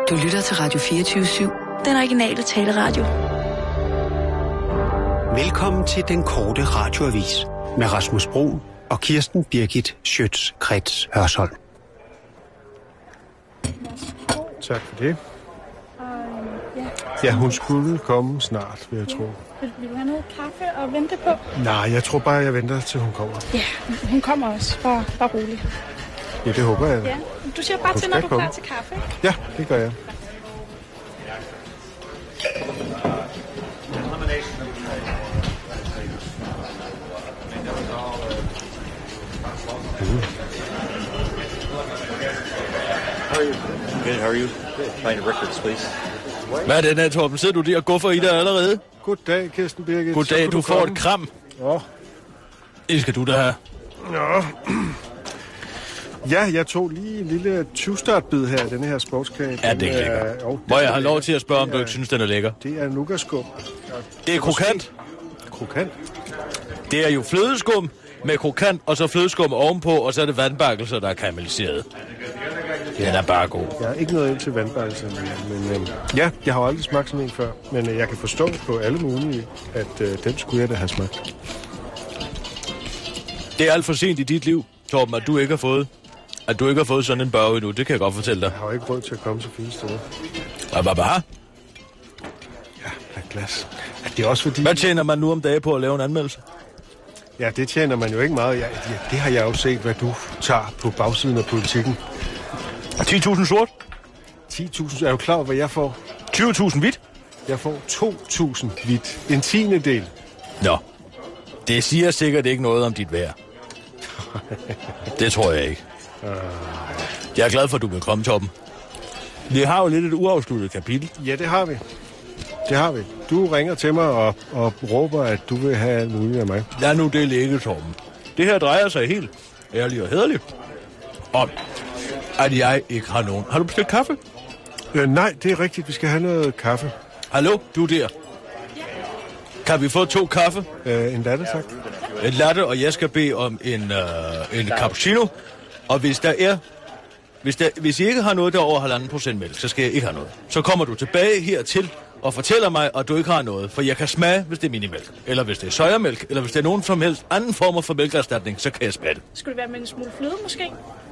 Du lytter til Radio 24/7. Den originale taleradio. Velkommen til den korte radioavis med Rasmus Bro og Kirsten Birgit Schøtz-Krets Hørsholm. Tak for det. Ja, hun skulle komme snart, vil jeg tro. Vil du have noget kaffe og vente på? Nej, jeg tror bare, jeg venter, til hun kommer. Ja, hun kommer også. Bare rolig. Ja, det håber jeg. Ja, du siger bare til, når du er klar til kaffe, ikke? Ja, det gør jeg. Good, how are you? Find records, please. Hvad er det der, Torben? Sidder du der og guffer i dig allerede? Goddag, Kirsten Birgit. Goddag, du får et kram. Ja. Det skal du da have. Nå. Ja, jeg tog lige en lille 20-start-bid her i denne her sportskage. Er det ikke lækker? Hvor jeg har lov til at spørge, om du ikke synes, den er lækker. Det er nougatskum. Det er krokant. Krokant? Det er jo flødeskum med krokant, og så flødeskum ovenpå, og så er det vandbakkelser, der er karamelliseret. Den er bare god. Jeg har ikke noget ind til vandbakkelser, men ja, jeg har jo aldrig smagt sådan en før. Men jeg kan forstå på alle mulige, at den skulle jeg da have smagt. Det er alt for sent i dit liv, Torben, at du ikke har fået sådan en børge endnu. Det kan jeg godt fortælle dig. Jeg har jo ikke råd til at komme så fine steder. Hvad? Ja, et glas. Det er også fordi... Hvad tjener man nu om dagen på at lave en anmeldelse? Ja, det tjener man jo ikke meget. Ja, det har jeg jo set, hvad du tager på bagsiden af Politikken. 10.000 sort? 10.000. Er du klar over, hvad jeg får? 20.000 hvidt? Jeg får 2.000 hvidt. En tiendedel. Nå. Det siger sikkert ikke noget om dit værd. Det tror jeg ikke. Jeg er glad for, at du vil komme, Torben. Vi har jo lidt et uafsluttet kapitel. Ja, det har vi. Du ringer til mig og råber, at du vil have alt muligt af mig. Lad nu det ligge, Torben. Det her drejer sig helt ærligt og hæderligt om, at jeg ikke har nogen. Har du bestilt kaffe? Nej, det er rigtigt. Vi skal have noget kaffe. Hallo, du der. Kan vi få 2 kaffe? En latte, tak. En latte, og jeg skal bede om en cappuccino. Og hvis I ikke har noget, der er over 1,5% mælk, så skal jeg ikke have noget. Så kommer du tilbage hertil og fortæller mig, at du ikke har noget. For jeg kan smage, hvis det er minimælk, eller hvis det er sojamælk, eller hvis det er nogen som helst anden form for mælkeerstatning, så kan jeg smage det. Skulle det være med en smule fløde, måske?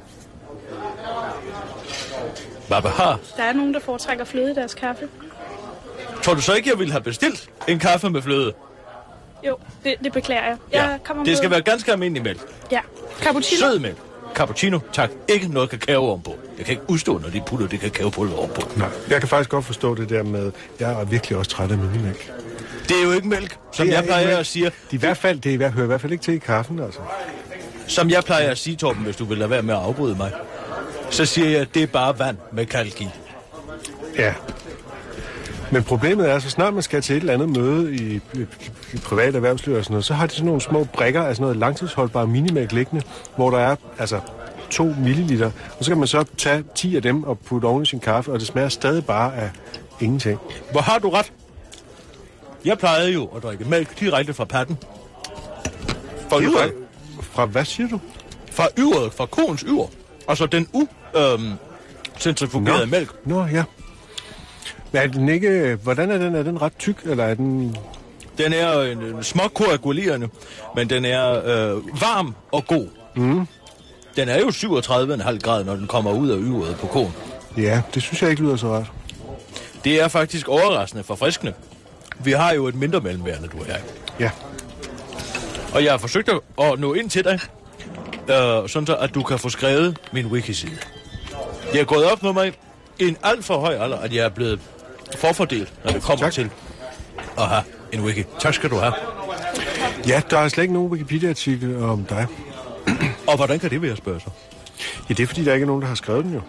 Hvad har? Der er nogen, der foretrækker fløde i deres kaffe. Tror du så ikke, jeg ville have bestilt en kaffe med fløde? Jo, det beklager jeg. Det skal være ganske almindelig mælk. Ja, cappuccino. Sødmælk. Cappuccino, tak. Ikke noget kakao ovenpå. Jeg kan ikke udstå, når de putter det kakaopulver ovenpå. Nej, jeg kan faktisk godt forstå det der med, jeg er virkelig også træt af minimælk. Det er jo ikke mælk, som jeg plejer at sige. Det hører i hvert fald ikke til i kaffen, altså. Som jeg plejer at sige, Torben, hvis du vil lade være med at afbryde mig, så siger jeg, at det er bare vand med kalk i. Ja. Men problemet er, så snart man skal til et eller andet møde i privat erhvervsliv og sådan noget, så har de sådan nogle små brikker af sådan noget langtidsholdbare minimælk liggende, hvor der er 2 milliliter, og så kan man så tage 10 af dem og putte oven i sin kaffe, og det smager stadig bare af ingenting. Hvor har du ret? Jeg plejede jo at drikke mælk direkte fra patten. Fra yveret. Fra hvad siger du? Fra yveret, fra koens yver. Altså den centrifugerede mælk. Nå, ja. Men er den ikke... Hvordan er den? Er den ret tyk, eller er den... Den er en småkoagulerende, men den er varm og god. Mm. Den er jo 37,5 grader, når den kommer ud af yveret på koen. Ja, det synes jeg ikke lyder så ret. Det er faktisk overraskende forfriskende. Vi har jo et mindre mellemværende, du og jeg. Ja. Og jeg har forsøgt at nå ind til dig, sådan så, at du kan få skrevet min wiki-side. Jeg er gået op med mig i en alt for høj alder, at jeg er blevet forfordelt, når det kommer til at have en wiki. Tak skal du have. Ja, der er slet ikke nogen Wikipedia-artikel om dig. Og hvordan kan det være, spørger så? Ja, det er fordi, der ikke er nogen, der har skrevet den jo.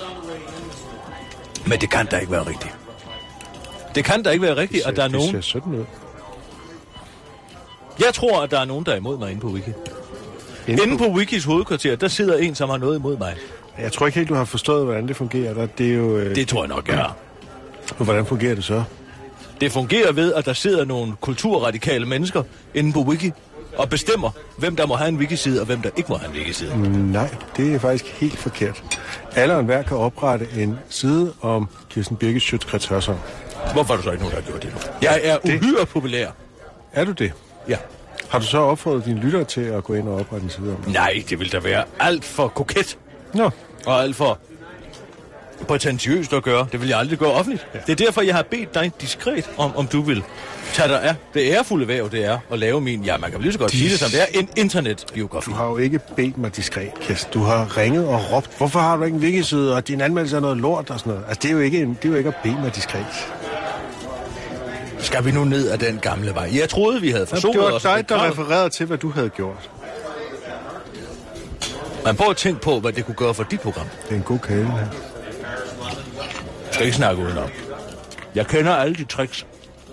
Men det kan da ikke være rigtigt. Det kan da ikke være rigtigt, at der er nogen... Det ser sådan ud. Jeg tror, at der er nogen, der er imod mig inde på Wiki. Inde på Wikis hovedkvarter, der sidder en, som har noget imod mig. Jeg tror ikke helt, du har forstået, hvordan det fungerer. Det er jo... Det tror jeg nok, jeg har. Og hvordan fungerer det så? Det fungerer ved, at der sidder nogle kulturradikale mennesker inde på Wiki, og bestemmer, hvem der må have en wikiside, og hvem der ikke må have en wikiside. Nej, det er faktisk helt forkert. Alle og enhver kan oprette en side om Kirsten Birgit Schiøtz Hørsholm. Hvorfor er du så ikke nogen, der har gjort det nu? Jeg er uhyre populær. Er du det? Ja. Har du så opfordret dine lyttere til at gå ind og oprette en side om det? Nej, det vil da være alt for koket. Nå. Og alt for prætentiøst at gøre. Det vil jeg aldrig gøre offentligt. Ja. Det er derfor, jeg har bedt dig diskret om du vil tage dig af det ærefulde væv, det er at lave min, ja, man kan lige så godt sige det som det er, en internetbiografi. Du har jo ikke bedt mig diskret, Kirsten. Du har ringet og råbt, hvorfor har du ikke en wikiside, og din anmeldelse er noget lort og sådan noget. Altså, det er jo ikke at bede mig diskret. Skal vi nu ned ad den gamle vej? Jeg troede, vi havde forsonet os. Det var dig, der refererede til, hvad du havde gjort. Man prøver at tænke på, hvad det kunne gøre for dit program. Det er en god kage, her. Jeg skal ikke snakke udenom. Jeg kender alle de tricks.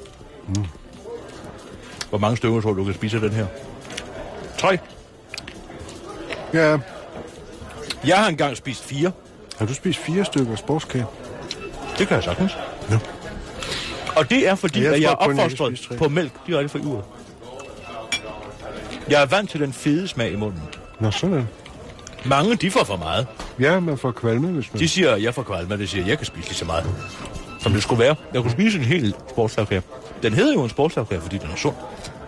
Hvor mange stykker tror du kan spise af den her? 3. Ja. Jeg har engang spist 4. Har du spist 4 stykker sportskage? Det kan jeg sagtens. Ja. Og det er fordi, at jeg er opfostret på mælk direkte fra uret. Jeg er vant til den fede smag i munden. Nå, sådan. Mange, de får for meget. Ja, man får kvalme, hvis man... De siger, at jeg får kvalme, det siger, at jeg kan spise lige så meget, som det skulle være. Jeg kunne spise en hel sportslagkage. Den hedder jo en sportslagkage, fordi den er sund.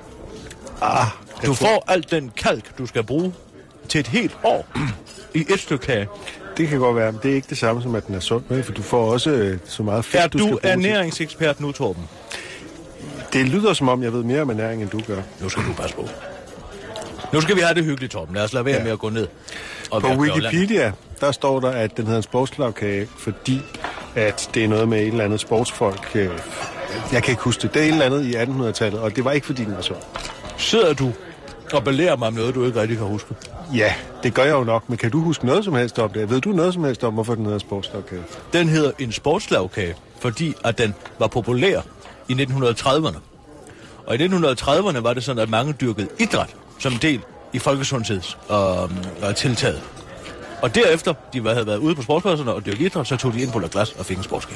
Du får alt den kalk, du skal bruge til et helt år i et stykke kage. Det kan godt være, men det er ikke det samme som, at den er sund med, for du får også så meget fedt, er du ernæringsekspert nu, Torben? Det lyder som om, jeg ved mere om ernæring, end du gør. Nu skal du passe på. Nu skal vi have det hyggeligt, Torben. Lad os lade være med at gå ned. På Wikipedia, der står der, at den hedder en sportslagkage, fordi at det er noget med et eller andet sportsfolk. Jeg kan ikke huske det. Det er et eller andet i 1800-tallet, og det var ikke fordi, den var sund. Sidder du og belærer mig om noget, du ikke rigtig kan huske? Ja, det gør jeg jo nok, men kan du huske noget som helst om det? Ved du noget som helst om, hvorfor den hedder sportslagkage? Den hedder en sportslagkage, fordi at den var populær i 1930'erne. Og i 1930'erne var det sådan, at mange dyrkede idræt som del i folkesundheds og tiltaget. Og derefter, de havde været ude på sportspladserne og dyrket idræt, så tog de ind på La Glace og fik en sportskage.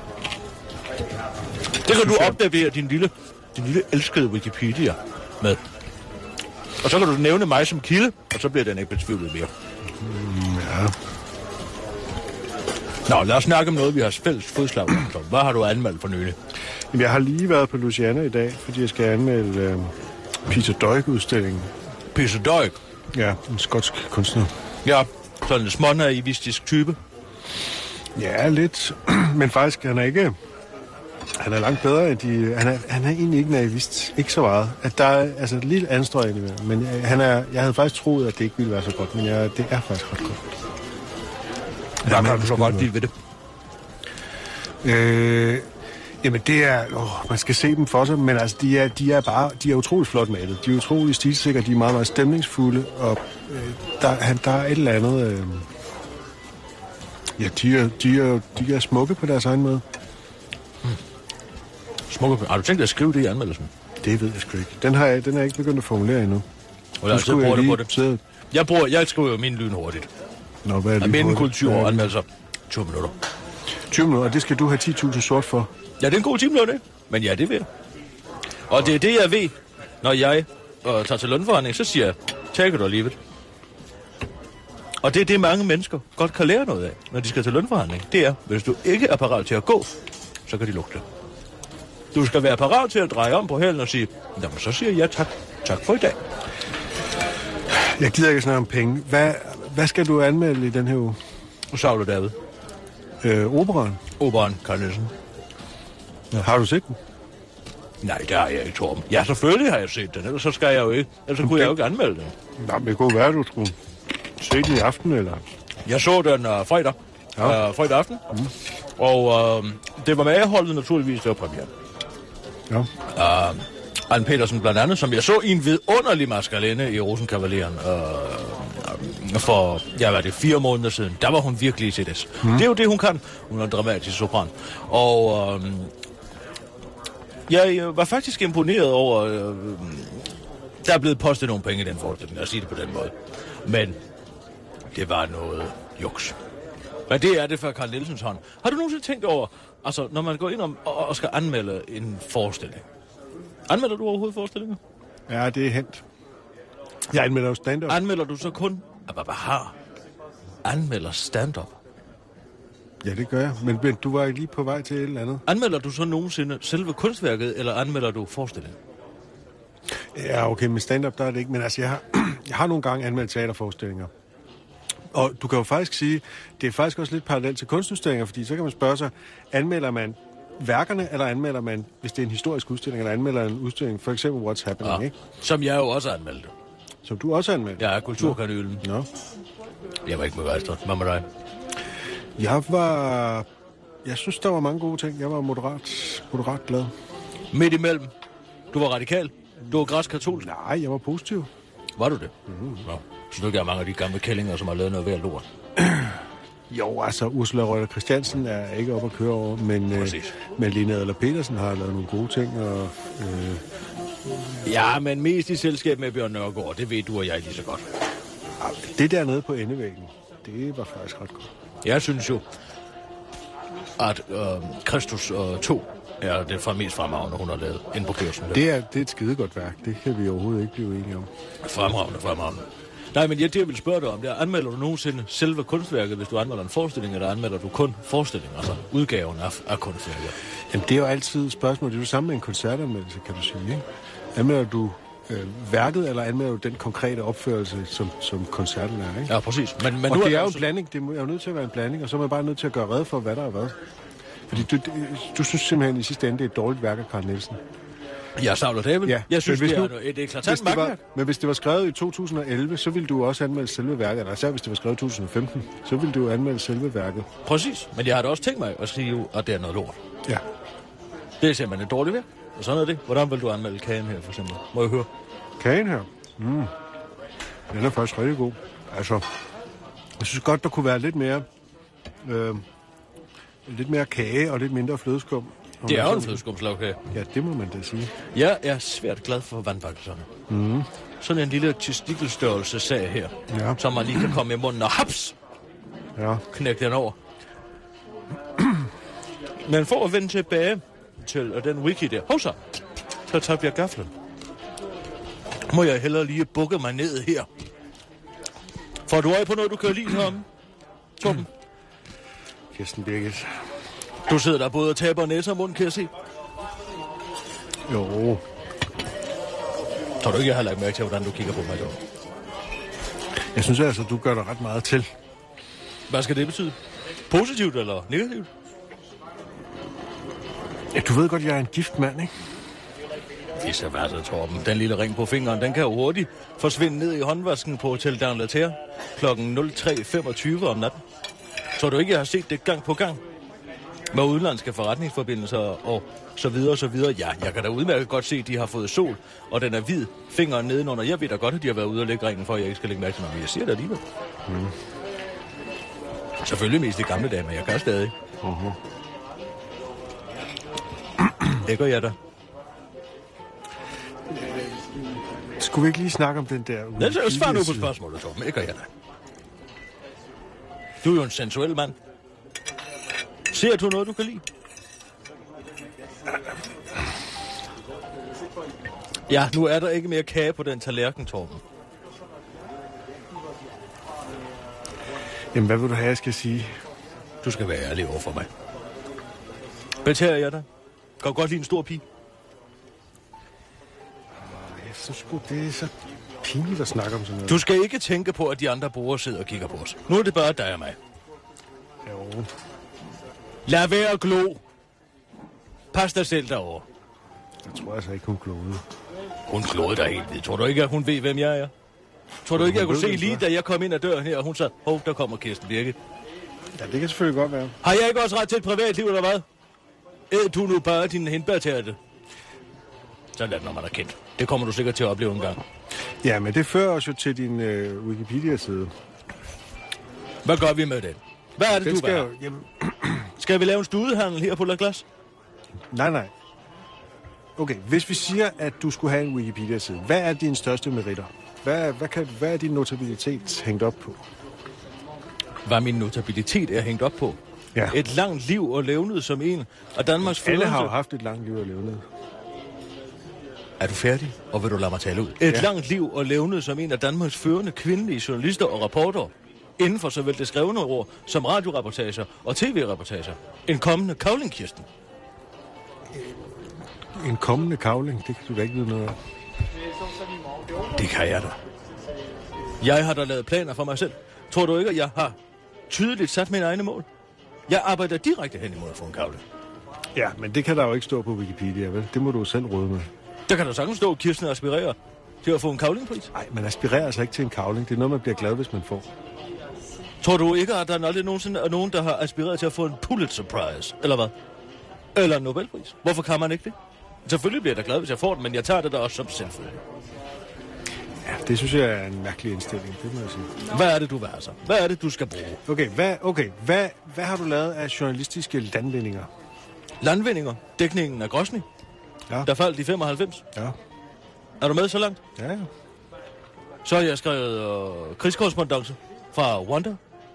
Det kan du opdatere din lille elskede Wikipedia med. Og så kan du nævne mig som kilde, og så bliver den ikke betvivlet mere. Ja. Nå, lad os snakke om noget, vi har fælles fodslag om. Hvad har du anmeldt for nylig? Jamen, jeg har lige været på Louisiana i dag, fordi jeg skal anmelde Peter Doig-udstillingen. Peter Doig? Ja, en skotsk kunstner. Ja, sådan en smånaivistisk type. Ja, lidt. Men faktisk, han er langt bedre end de... Han er egentlig ikke naivist. Ikke så meget. At der er altså et lille anstrøg indimellem. Men jeg havde faktisk troet, at det ikke ville være så godt. Men det er faktisk ret godt. Hvad kan du så godt lide ved det? Jamen det er... man skal se dem for sig, men altså de er utroligt flot malet. De er utroligt stilsikre, de er meget, meget stemningsfulde, og der er et eller andet... de er smukke på deres egen måde. Smukke. Har du tænkt dig at skrive det i anmeldelsen? Det ved jeg sgu ikke. Den er jeg ikke begyndt at formulere endnu. Jeg skriver jo min lyn hurtigt. Nå, hvad er det? Min kultur og anmeldelser 20 minutter. 20 minutter, og det skal du have 10.000 sort for? Ja, det er en god 10 minutter, ikke? Men ja, det vil jeg. Og det er det, jeg ved, når jeg tager til lønforhandling, så siger jeg, take it or leave it. Og det er det, mange mennesker godt kan lære noget af, når de skal til lønforhandling. Det er, hvis du ikke er parat til at gå, så kan de lukke det. Du skal være parat til at dreje om på hælen og sige, jamen så siger jeg tak. Tak for i dag. Jeg gider ikke snakke om penge. Hvad skal du anmelde i den her uge? Saul og David. Operaen? Operaen, Carl Nielsen. Ja. Har du set den? Nej, det har jeg ikke, Torben. Ja, selvfølgelig har jeg set den, ellers så skal jeg jo ikke. Ellers kunne jeg jo ikke anmelde den. Nej, men det kunne være, du skulle se den i aften, eller? Jeg så den fredag. Ja. Fredag aften. Mm. Og det var medholdet naturligvis, det var premiere. Ja. Anne Petersen blandt andet, som jeg så i en vidunderlig maskerlinde i Rosenkavaleren for, 4 måneder siden. Der var hun virkelig i CDS. Det er jo det, hun kan. Hun er en dramatisk sopran. Og jeg var faktisk imponeret over, der er blevet postet nogle penge i den forestilling, lad os sige det på den måde. Men det var noget juks. Men det er det for Carl Nielsens hånd. Har du nogensinde tænkt over, altså når man går ind og skal anmelde en forestilling? Anmelder du overhovedet forestillinger? Ja, det er hent. Jeg anmelder jo stand-up. Anmelder du så kun... Anmelder stand-up? Ja, det gør jeg. Men du var lige på vej til et eller andet. Anmelder du så nogensinde selve kunstværket, eller anmelder du forestillingen? Ja, okay, med stand-up, der er det ikke. Men altså, jeg har nogle gange anmeldt teaterforestillinger. Og du kan jo faktisk sige, det er faktisk også lidt parallelt til kunstudstillinger, fordi så kan man spørge sig, anmelder man værkerne, eller anmelder man, hvis det er en historisk udstilling, eller anmelder en udstilling, for eksempel What's Happening, ikke? Som jeg jo også anmeldte. Som du også anmeldte? Ja, Kulturkanylen. Nå. Jeg var ikke begejstret. Hvad med dig? Jeg synes, der var mange gode ting. Jeg var moderat glad. Midt imellem. Du var radikal. Du var græskatolsk. Nej, jeg var positiv. Var du det? Mm-hmm. Nå. Så du ikke er mange af de gamle kællinger, som har lavet noget ved at lort? Jo, altså Ursula Røgter Christiansen er ikke op at køre over, men Lina Adler Petersen har lavet nogle gode ting. Og, Ja, men mest i selskab med Bjørn Nørgaard, det ved du og jeg lige så godt. Det dernede på endevæggen, det var faktisk ret godt. Jeg synes jo, at Kristus 2 er det mest fremragende, hun har lavet inde på Kørsel. Det er et skidegodt værk. Det kan vi overhovedet ikke blive enige om. Fremragende. Nej, men det jeg vil spørge dig om, det er, anmelder du nogensinde selve kunstværket, hvis du anmelder en forestilling, eller anmelder du kun forestillingen, altså udgaven af kunstværket? Jamen, det er jo altid et spørgsmål. Det er jo samme med en koncertanmeldelse, kan du sige, ikke? Anmelder du værket, eller anmelder du den konkrete opførelse, som koncerten er, ikke? Ja, præcis. Men og det er jo en blanding. Det er jo nødt til at være en blanding, og så er man bare nødt til at gøre rede for, hvad der er hvad. Fordi du synes simpelthen i sidste ende, det er et dårligt værk af Carl Nielsen. Ja, Saul David. Ja. Jeg synes, det er et eklatant magtværk. Men hvis det var skrevet i 2011, så ville du også anmelde selve værket. Eller især hvis det var skrevet i 2015, så ville du anmelde selve værket. Præcis. Men jeg har da også tænkt mig at sige, at det er noget lort. Ja. Det er simpelthen et dårligt værk. Og sådan er det. Hvordan vil du anmelde Kagen her, for eksempel? Må jeg høre? Kagen her? Den er faktisk rigtig god. Altså, jeg synes godt, der kunne være lidt mere kage og lidt mindre flødeskum. Det er jo en flødeskumslagkage. Ja, det må man da sige. Jeg er svært glad for vandbakkelserne. Sådan en lille testikkelstørrelse sag her, som man lige kan komme i munden og haps! Ja. Knæk den over. Men for at vende tilbage til den wiki der. Hovsa! Så tager jeg gaflen. Må jeg hellere lige bukke mig ned her. Får du øje på noget, du kan lide heromme? Torben? Kirsten Birgit. Du sidder der både og taber næse og mund, kan jeg se. Jo. Tror du ikke, jeg har lagt mærke til, hvordan du kigger på mig, Torben? Jeg synes altså, du gør dig ret meget til. Hvad skal det betyde? Positivt eller negativt? Ja, du ved godt, jeg er en gift mand, ikke? Det er så værd, Torben. Den lille ring på fingeren, den kan jo hurtigt forsvinde ned i håndvasken på Hotel d'Angleterre klokken 03.25 om natten. Tror du ikke, jeg har set det gang på gang? Med udenlandske forretningsforbindelser og så videre og så videre. Ja, jeg kan da udmærket godt se, at de har fået sol, og den er hvid. Fingeren nedenunder. Jeg ved da godt, at de har været ude og lægge ringen, for at jeg ikke skal lægge mærke til noget. Men jeg siger det alligevel. Selvfølgelig mest i gamle dage, men jeg kan stadig. Det gør jeg da. Skulle vi ikke lige snakke om den der... Svar nu på spørgsmålet, Torben. Det gør jeg da. Du er jo en sensuel mand. Ser du noget, du kan lide? Ja, nu er der ikke mere kage på den tallerken, Torben. Jamen, hvad vil du have, jeg skal sige? Du skal være ærlig over for mig. Betager jeg dig? Kan du godt lide en stor pige? Jeg synes sgu, det er så pinligt at snakke om sådan noget. Du skal ikke tænke på, at de andre brugere sidder og kigger på os. Nu er det bare dig og mig. Jo. Lad være at glo. Pas dig selv derovre. Jeg tror altså ikke, hun glodede. Hun glodede dig helt vildt. Tror du ikke, at hun ved, hvem jeg er? Tror du ikke, jeg kunne se lige, da jeg kom ind ad døren her, og hun sagde, hov, der kommer Kirsten Birgit. Ja, det kan selvfølgelig godt være. Har jeg ikke også ret til et privatliv, eller hvad? Æd du nu bare din hindbærtærte? Sådan er det, når man er kendt. Det kommer du sikkert til at opleve en gang. Ja, men det fører os jo til din Wikipedia-side. Hvad gør vi med den? Hvad er det, Den du skal vil jo, have? jamen, Skal vi lave en studehandel her på La Glace? nej. Okay, hvis vi siger, at du skulle have en Wikipedia-side, hvad er din største meritter? Hvad er din notabilitet hængt op på? Hvad min notabilitet er hængt op på? Ja. Et langt liv og levnet som en af Danmarks Alle førende. har jo haft et langt liv at leve ned. Er du færdig, og vil du lade mig tale ud? Et langt liv og levnet som en af Danmarks førende kvindelige journalister og reporter. Inden for såvel det skrevne ord som radioreportager og tv-reportager. En kommende Cavling, Kirsten. En kommende Cavling, det kan du da ikke vide noget af. Det kan jeg da. Jeg har da lavet planer for mig selv. Tror du ikke, at jeg har tydeligt sat mine egne mål? Jeg arbejder direkte hen imod at få en Cavling. Ja, men det kan der jo ikke stå på Wikipedia, vel? Det må du selv råde med. Der kan der sagtens stå, at Kirsten aspirerer til at få en Cavling-pris. Nej, man aspirerer altså ikke til en Cavling. Det er noget, man bliver glad, hvis man får. Tror du ikke, at der aldrig nogensinde er nogen, der har aspireret til at få en Pulitzer Prize? Eller hvad? Eller en Nobelpris? Hvorfor kan man ikke det? Selvfølgelig bliver jeg da glad, hvis jeg får den, men jeg tager det da også som selvfølge. Ja, det synes jeg er en mærkelig indstilling, det må jeg sige. Hvad er det, du vil have så? Hvad er det, du skal bruge? Hvad har du lavet af journalistiske landvindinger? Landvindinger? Dækningen af Grosny? Ja. Der faldt i 95? Ja. Er du med så langt? Ja. Så har jeg skrevet krigskorrespondance fra Rwanda.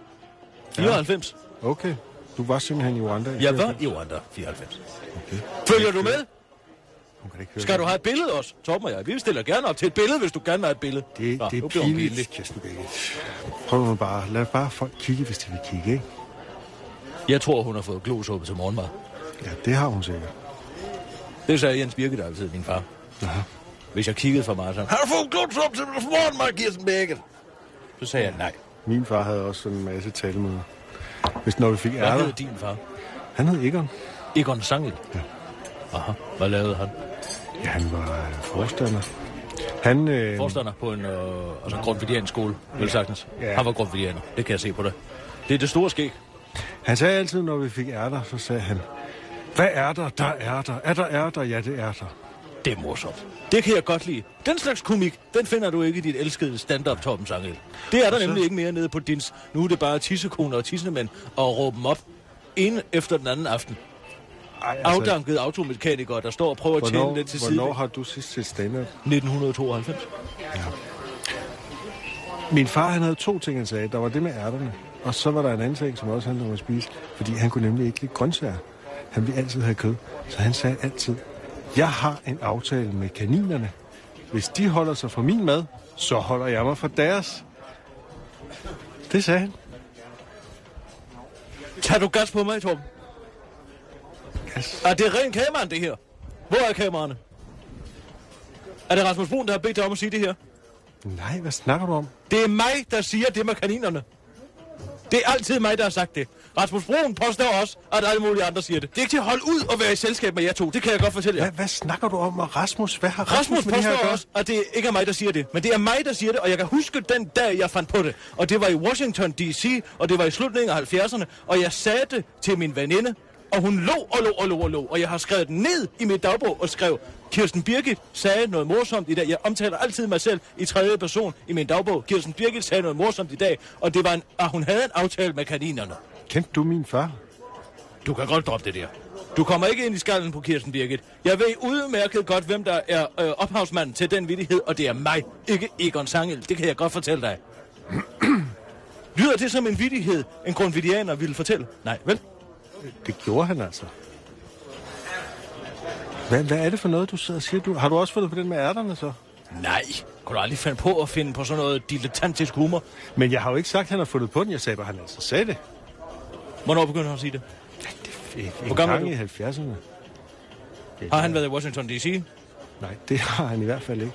94. Ja. Okay. Du var simpelthen i Rwanda? Jeg var i Rwanda 94. Okay. Følger du med? Skal du have et billede også? Torben og jeg, vi stiller gerne op til et billede, hvis du gerne vil have et billede. Det er pinligt, Kirsten Birgit. Prøv nu bare. Lad bare folk kigge, hvis de vil kigge, ikke? Jeg tror, hun har fået glosuppe til morgenmad. Ja, det har hun sikkert. Det sagde Jens Birgit altid, min far. Aha. Hvis jeg kiggede for meget, så har du fået glosuppe til morgenmad, Kirsten Birgit? Så sagde jeg nej. Min far havde også sådan en masse talemøder. Hvis når vi fik ærter... Hvad hed din far? Han hed Egon. Egon Sangel? Ja. Hvad lavede han? Ja, han var forstander. Forstander på en grundvidiansk skole, vel sagtens. Ja. Han var grundvidianer, det kan jeg se på det. Det er det store skæg. Han sagde altid, når vi fik ærter, så sagde han, hvad er der? Der er der. Er der ærter? Ja, det er der. Det er morsomt. Det kan jeg godt lide. Den slags komik, den finder du ikke i dit elskede stand-up, Torben Sangel. Det er der nemlig ikke mere nede på dins. Nu er det bare tissekoner og tissemænd og råbe dem op en efter den anden aften. Ej, altså... Afdankede automekanikere, der står og prøver at tjene lidt til side. Hvornår har du sidst set stand-up? 1992. Ja. Min far, han havde 2 ting, han sagde. Der var det med ærterne, og så var der en anden ting, som også handlede om at spise. Fordi han kunne nemlig ikke lide grøntsager. Han ville altid have kød. Så han sagde altid, jeg har en aftale med kaninerne. Hvis de holder sig fra min mad, så holder jeg mig fra deres. Det sagde han. Tager du gas på mig, Torben? Gas? Er det ren kameraen, det her? Hvor er kameraerne? Er det Rasmus Bruun, der har bedt dig om at sige det her? Nej, hvad snakker du om? Det er mig, der siger det med kaninerne. Det er altid mig, der har sagt det. Rasmus Bruun påstår også, at alle mulige andre siger det. Det er ikke til at holde ud og være i selskab med jer to. Det kan jeg godt fortælle jer. Hvad snakker du om? Og Rasmus, hvad har Rasmus med det her at påstår også, at det ikke er mig, der siger det. Men det er mig, der siger det, og jeg kan huske den dag, jeg fandt på det. Og det var i Washington D.C., og det var i slutningen af 70'erne. Og jeg sagde det til min veninde, og hun lå. Og jeg har skrevet den ned i mit dagbog og skrev, Kirsten Birgit sagde noget morsomt i dag. Jeg omtaler altid mig selv i tredje person i min dagbog. Kirsten Birgit sagde noget morsomt i dag, og det var at hun havde en aftale med kaninerne. Kendte du min far? Du kan godt droppe det der. Du kommer ikke ind i skallen på Kirsten Birgit. Jeg ved udmærket godt, hvem der er ophavsmanden til den vittighed, og det er mig, ikke Egon Sangel. Det kan jeg godt fortælle dig. Lyder det som en vittighed, en grundvidianer ville fortælle? Nej, vel? Det gjorde han altså. Hvad er det for noget, du sidder og siger? Har du også fundet på den med ærterne, så? Nej, kunne du aldrig finde på sådan noget dilettantisk humor? Men jeg har jo ikke sagt, at han har fundet på den. Jeg sagde bare, at han altså sagde det. Hvornår begyndte han at sige det? Hvor gammel er du? I 70'erne. Har han været i Washington D.C.? Nej, det har han i hvert fald ikke.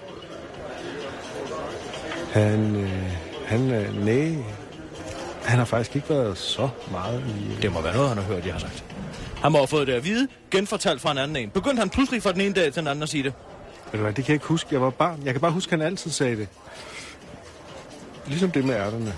Han har faktisk ikke været så meget i... Det må være noget, han har hørt, jeg har sagt. Han må have fået det at vide, genfortalt fra en anden en. Begyndte han pludselig fra den ene dag til den anden at sige det? Ved du hvad, det kan jeg ikke huske. Jeg var barn. Jeg kan bare huske, at han altid sagde det. Ligesom det med ærterne.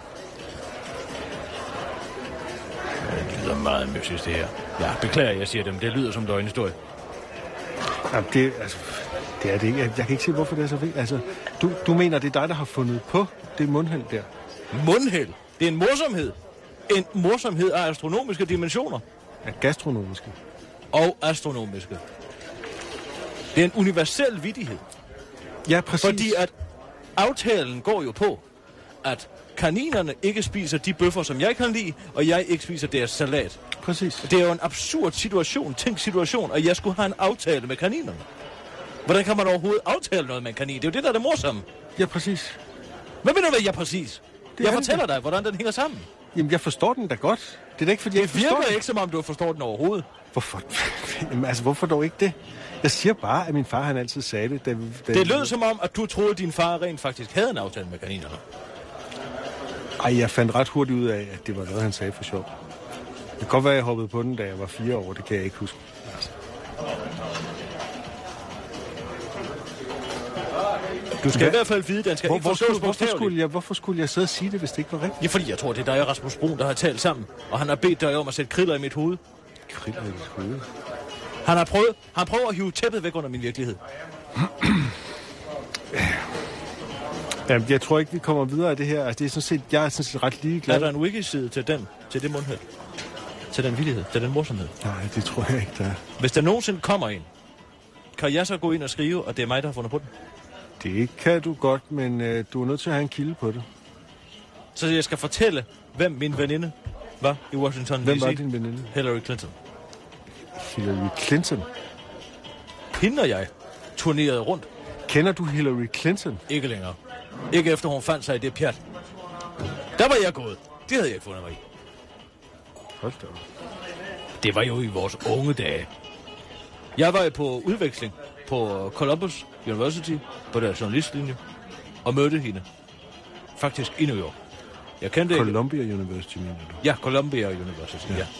Det lyder meget mystisk, det her. Ja, beklager, jeg siger det, men det lyder som løgnhistorie. Ja, det er det ikke. Jeg kan ikke se, hvorfor det er så vigtigt. Altså, du mener, det er dig, der har fundet på det mundhæld der? Mundhæld? Det er en morsomhed. En morsomhed af astronomiske dimensioner. Ja, gastronomiske. Og astronomiske. Det er en universel vittighed. Ja, præcis. Fordi at aftalen går jo på, at kaninerne ikke spiser de bøffer, som jeg kan lide, og jeg ikke spiser deres salat. Præcis. Det er jo en absurd situation, tænkt situation, at jeg skulle have en aftale med kaninerne. Hvordan kan man overhovedet aftale noget med en kanin? Det er jo det, der er det morsomme. Ja, præcis. Hvad mener du med, ja, præcis? Jeg fortæller dig, hvordan den hænger sammen. Jamen, jeg forstår den da godt. Det er da ikke, fordi jeg ikke forstår Det virker den. ikke, som om du forstår den overhovedet. Hvorfor? Jamen, altså, hvorfor dog ikke det? Jeg siger bare, at min far, han altid sagde det. Det lød som om, at du troede, at din far rent faktisk havde en aftale med kaninerne. Ej, jeg fandt ret hurtigt ud af, at det var noget, han sagde for sjov. Det kan godt være, at jeg hoppede på den, da jeg var 4 år. Det kan jeg ikke huske. Altså. Du skal i hvert fald vide, at den skal ikke forstås bogstaveligt. Hvorfor skulle jeg sidde og sige det, hvis det ikke var rigtigt? Ja, fordi jeg tror, det er dig og Rasmus Brun, der har talt sammen. Og han har bedt dig om at sætte kriller i mit hoved. Kriller i mit hoved? Han prøver at hive tæppet væk under min virkelighed. Jamen, jeg tror ikke, vi kommer videre af det her. Altså, det er sådan set, jeg er sådan set ret ligeglad. Er der en wiki-side til det mundheld? Til den villighed? Til den morsomhed? Nej, det tror jeg ikke, der er. Hvis der nogensinde kommer en, kan jeg så gå ind og skrive, at det er mig, der har fundet på den? Det kan du godt, men du er nødt til at have en kilde på det. Så jeg skal fortælle, hvem min veninde var i Washington, D.C. Hvem var din veninde? Hillary Clinton. Hillary Clinton? Hende og jeg turnerede rundt. Kender du Hillary Clinton? Ikke længere. Ikke efter hun fandt sig i det pjat. Der var jeg gået. Det havde jeg ikke fundet mig i. Hold da. Det var jo i vores unge dage. Jeg var på udveksling på Columbus University på deres journalistlinje og mødte hende. Faktisk i New York. Jeg kendte Columbia University, mener du? Ja, Columbia University, ja.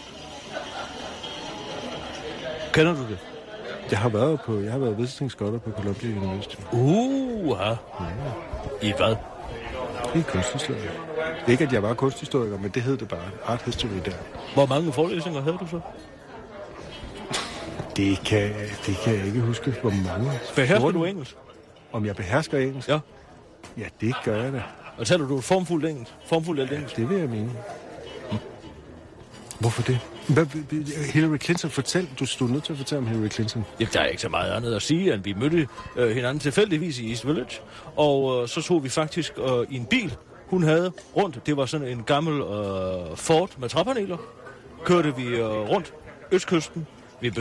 Kender du det? Jeg har været visiting scholar på Columbia University. Ja. I hvad? I kunsthistorie. Ikke, at jeg var kunsthistoriker, men det hed det bare. Art history der. Hvor mange forelæsninger havde du så? Det kan jeg ikke huske, hvor mange. Behersker du engelsk? Om jeg behersker engelsk? Ja. Ja, det gør jeg da. Og taler du formfuldt engelsk? Formfuldt engelsk? Det vil jeg mene. Hvorfor det? Hillary Clinton, du stod nødt til at fortælle om Hillary Clinton. Ja, der er ikke så meget andet at sige, end vi mødte hinanden tilfældigvis i East Village. Og så tog vi faktisk i en bil, hun havde rundt. Det var sådan en gammel Ford med træpaneler. Kørte vi rundt østkysten. Vi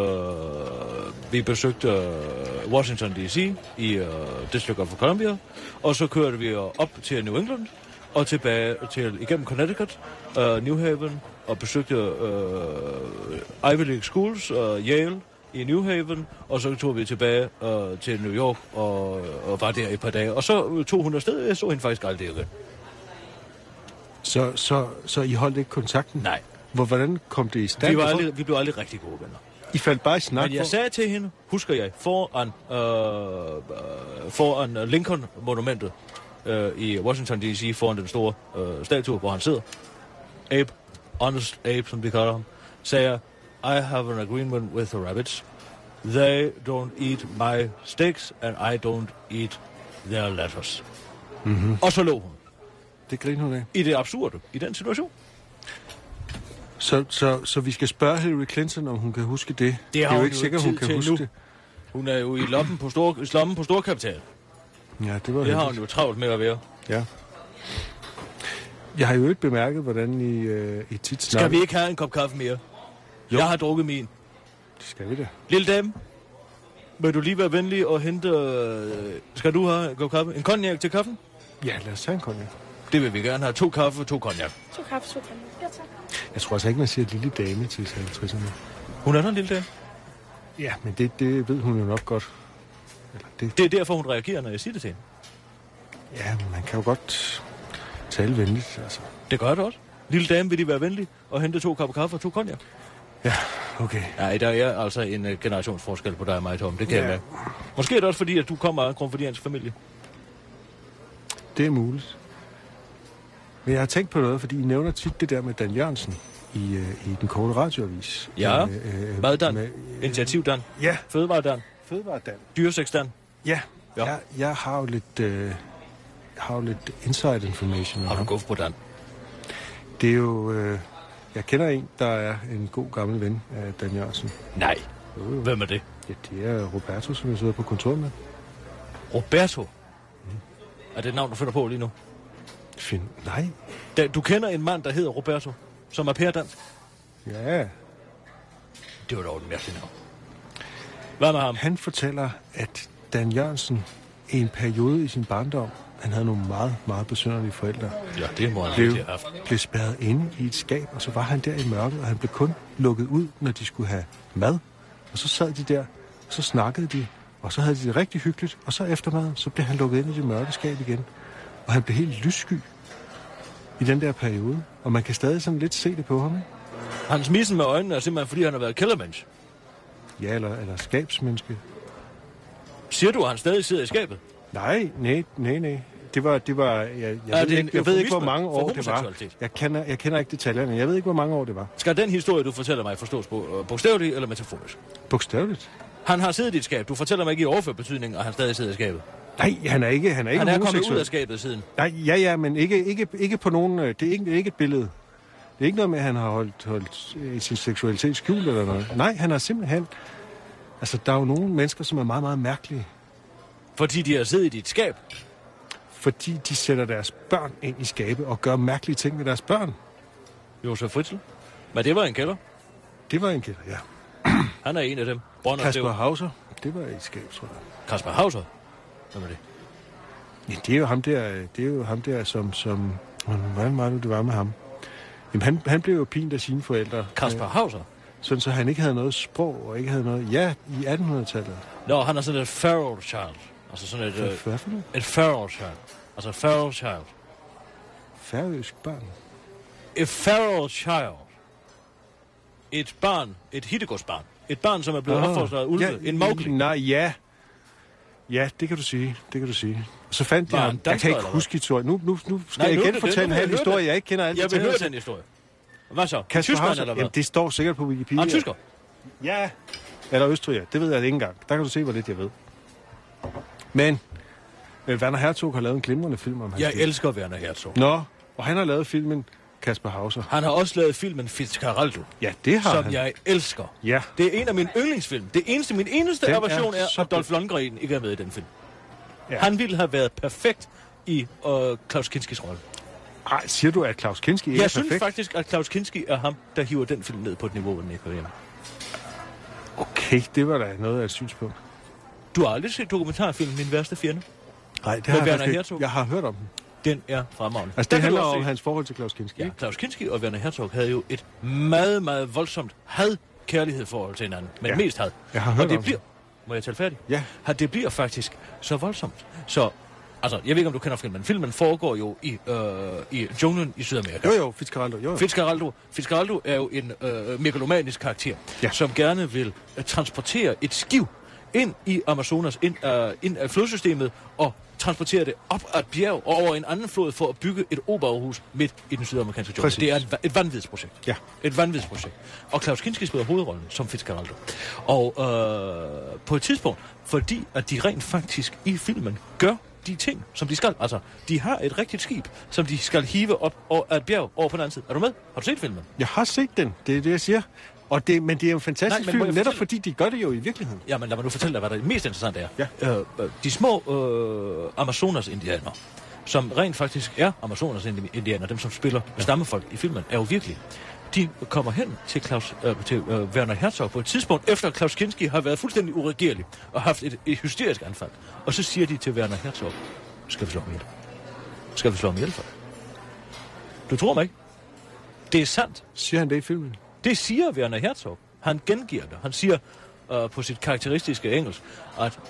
besøgte Washington D.C. i District of Columbia. Og så kørte vi op til New England og tilbage igennem Connecticut, New Haven, og besøgte Ivy League Schools, Yale i New Haven, og så tog vi tilbage til New York og var der i et par dage. Og så tog hun afsted, jeg så hende faktisk aldrig igen. Så I holdt ikke kontakten? Nej. Hvordan kom det i stand? Vi blev aldrig rigtig gode venner. I faldt bare i snak? Men jeg sagde til hende, husker jeg, foran Lincoln-monumentet i Washington D.C., foran den store statue, hvor han sidder, Abe, Honest Abe, som vi kalder ham, sagde jeg, I have an agreement with the rabbits. They don't eat my steaks, and I don't eat their lettuce. Mm-hmm. Og så lå hun. Det griner hun af. I det absurde, i den situation. Så vi skal spørge Hillary Clinton, om hun kan huske det. Det er jo ikke sikkert, hun kan huske det. Hun er jo i lommen på storkapital. Ja, det var det har hun jo travlt med at være. Ja. Jeg har jo ikke bemærket, hvordan I tit snakker. Skal vi ikke have en kop kaffe mere? Jo. Jeg har drukket min. Det skal vi da. Lille dame, vil du lige være venlig og hente... skal du have en kop kaffe? En cognac til kaffen? Ja, lad os tage en cognac. Det vil vi gerne have. 2 kaffe og 2 cognac. 2 kaffe, 2 cognac. Ja, tak. Jeg tror altså ikke, man siger lille dame til 50'erne. Hun er der en lille dame? Ja, men det ved hun jo nok godt. Eller det er derfor, hun reagerer, når jeg siger det til hende. Ja, men man kan jo godt tale venligt, altså. Det gør det også. Lille dame, vil de være venlig og hente 2 kopper kaffe og 2 cognac? Ja, okay. Ja, der er altså en generationsforskel på dig og mig, Tom. Det kan jeg med. Måske er det også fordi, at du kommer af en grundfordiansk familie. Det er muligt. Men jeg har tænkt på noget, fordi I nævner tit det der med Dan Jørgensen i den korte radioavis. Ja, hvad Dan? Initiativ Dan? Ja. Fødevare Dan? Fødevare Dan. Dyresex Dan? Ja. Jeg har jo lidt inside information. Har du gået på Dan? Det er jo... jeg kender en, der er en god gammel ven af Dan Jørgensen. Nej. Hvem er det? Ja, det er Roberto, som jeg sidder på kontoret med. Roberto? Er det et navn, du finder på lige nu? Nej. Du kender en mand, der hedder Roberto, som er pæredansk? Ja. Det var dog et mærkeligt navn. Hvad med ham? Han fortæller, at Dan Jørgensen i en periode i sin barndom, han havde nogle meget, meget besynderlige forældre, Ja, det må han have haft. blev spærret inde i et skab, og så var han der i mørket, og han blev kun lukket ud, når de skulle have mad. Og så sad de der, og så snakkede de, og så havde de det rigtig hyggeligt, og så efter maden, så blev han lukket ind i det mørke skab igen. Og han blev helt lyssky i den der periode, og man kan stadig sådan lidt se det på ham, ikke? Hans missen med øjnene er simpelthen, fordi han har været kældermensch. Ja, eller skabsmenneske. Siger du, at han stadig sidder i skabet? Nej. Det var jeg ved ikke, hvor mange år det var. Jeg kender ikke detaljerne. Jeg ved ikke, hvor mange år det var. Skal den historie, du fortæller mig, forstås bogstaveligt eller metaforisk? Bogstaveligt. Han har siddet i et skab. Du fortæller mig ikke i overført betydning, at han stadig sidder i skabet. Nej, han er ikke Han er kommet ud af skabet siden. Nej, ja, men ikke på nogen... Det er ikke et billede. Det er ikke noget med, at han har holdt sin seksualitet skjult eller noget. Nej, han har simpelthen... Altså, der er jo nogle mennesker, som er meget, meget mærkelige. Fordi de har siddet i et skab? Fordi de sætter deres børn ind i skabet og gør mærkelige ting med deres børn. Josef Fritzl? Men det var en kælder. Det var en kælder, ja. Han er en af dem. Kasper Hauser, det var et skab, tror jeg. Kasper Hauser? Hvad var det? Ja, det er jo ham der, som hvordan var det var med ham? Jamen, han blev jo pint af sine forældre. Kasper Hauser? Sådan, så han ikke havde noget sprog, og ikke havde noget... Ja, i 1800-tallet. Nå, han er sådan et feral child. Altså sådan et... Hvad for noget? Et feral child. Altså feral child. Færøsk barn? Et feral child. Et barn. Et hittegodsbarn. Et barn, som er blevet opfostret af ulve. Ja, en Mowgli. Nej, ja. Ja, det kan du sige. Så fandt jeg ham. Jeg kan ikke huske historien. Nu skal jeg igen fortælle en halv historie, jeg ikke kender alt. Jeg vil høre den historie. Hvad så? Kasper Hauser, eller hvad? Jamen, det står sikkert på Wikipedia. Han tysker? Ja. Eller Østrig, det ved jeg ikke engang. Der kan du se, hvor lidt jeg ved. Men Werner Herzog har lavet en glimrende film om hans Jeg elsker Werner Herzog. Nå, og han har lavet filmen Kasper Hauser. Han har også lavet filmen Fitzcarraldo. Ja, det har som han. Jeg elsker. Ja. Det er en af mine yndlingsfilm. Min eneste aversion er, at Dolph Lundgren ikke er med i den film. Ja. Han ville have været perfekt i Klaus Kinskis rolle. Ej, siger du, at Klaus Kinski ikke er perfekt? Jeg synes faktisk, at Klaus Kinski er ham, der hiver den film ned på et niveau, hvor den ikke hører hjemme. Okay, det var da noget af et synspunkt. Du har aldrig set dokumentarfilmen Min værste fjende? Nej, det har jeg ikke. Jeg har hørt om den. Den er fremragende. Altså, det handler om hans forhold til Klaus Kinski. Ja, Klaus Kinski og Werner Herzog havde jo et meget, meget voldsomt had-kærlighedsforhold til hinanden. Men mest had. Jeg har hørt og det om bliver... Må jeg tale færdig? Ja. Det bliver faktisk så voldsomt. Så, altså, jeg ved ikke, om du kender filmen. Filmen foregår jo i junglen i Sydamerika. Jo, Fitzcarraldo. Fitzcarraldo er jo en megalomanisk karakter, som gerne vil transportere et skiv ind i Amazonas, ind af flodsystemet, og transportere det op ad et bjerg og over en anden flod for at bygge et operahus midt i den sydamerikanske jungle. Det er et vanvidsprojekt. Ja. Et vanvidsprojekt. Og Klaus Kinski spiller hovedrollen som Fitzcarraldo. Og på et tidspunkt, fordi at de rent faktisk i filmen gør de ting, som de skal. Altså, de har et rigtigt skib, som de skal hive op af et bjerg over på den anden side. Er du med? Har du set filmen? Jeg har set den. Det er det, jeg siger. Men det er jo en fantastisk film, netop fordi de gør det jo i virkeligheden. Ja, men lad mig nu fortælle dig, hvad der mest interessant er. Ja. De små Amazonas-indianere, som rent faktisk er Amazonas-indianere, dem som spiller stammefolk i filmen, er jo virkelig. De kommer hen til Werner Herzog på et tidspunkt, efter Klaus Kinski har været fuldstændig uregerlig og haft et hysterisk anfald. Og så siger de til Werner Herzog, skal vi slå ham ihjel? Skal vi slå ham ihjel for? Du tror mig ikke? Det er sandt. Siger han det i filmen? Det siger Werner Herzog. Han gengiver det. Han siger på sit karakteristiske engelsk, at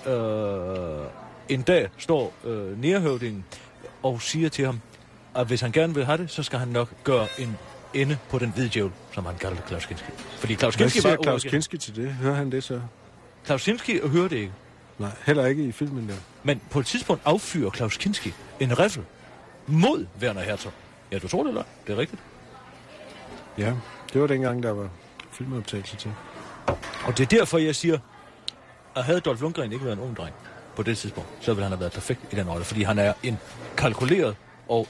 en dag står nærhøvdingen og siger til ham, at hvis han gerne vil have det, så skal han nok gøre en ende på den hvide djævel, som han kalder Klaus Kinski. Fordi Klaus Kinski var... Hvad siger Klaus Kinski til det? Hører han det så? Klaus Kinski hører det ikke. Nej, heller ikke i filmen der. Men på et tidspunkt affyrer Klaus Kinski en riffel mod Werner Herzog. Ja, du tror det, eller? Det er rigtigt. Ja, det var dengang, der var filmoptagelse til. Og det er derfor, jeg siger, at havde Dolph Lundgren ikke været en ung dreng på det tidspunkt, så ville han have været perfekt i den rolle. Fordi han er en kalkuleret og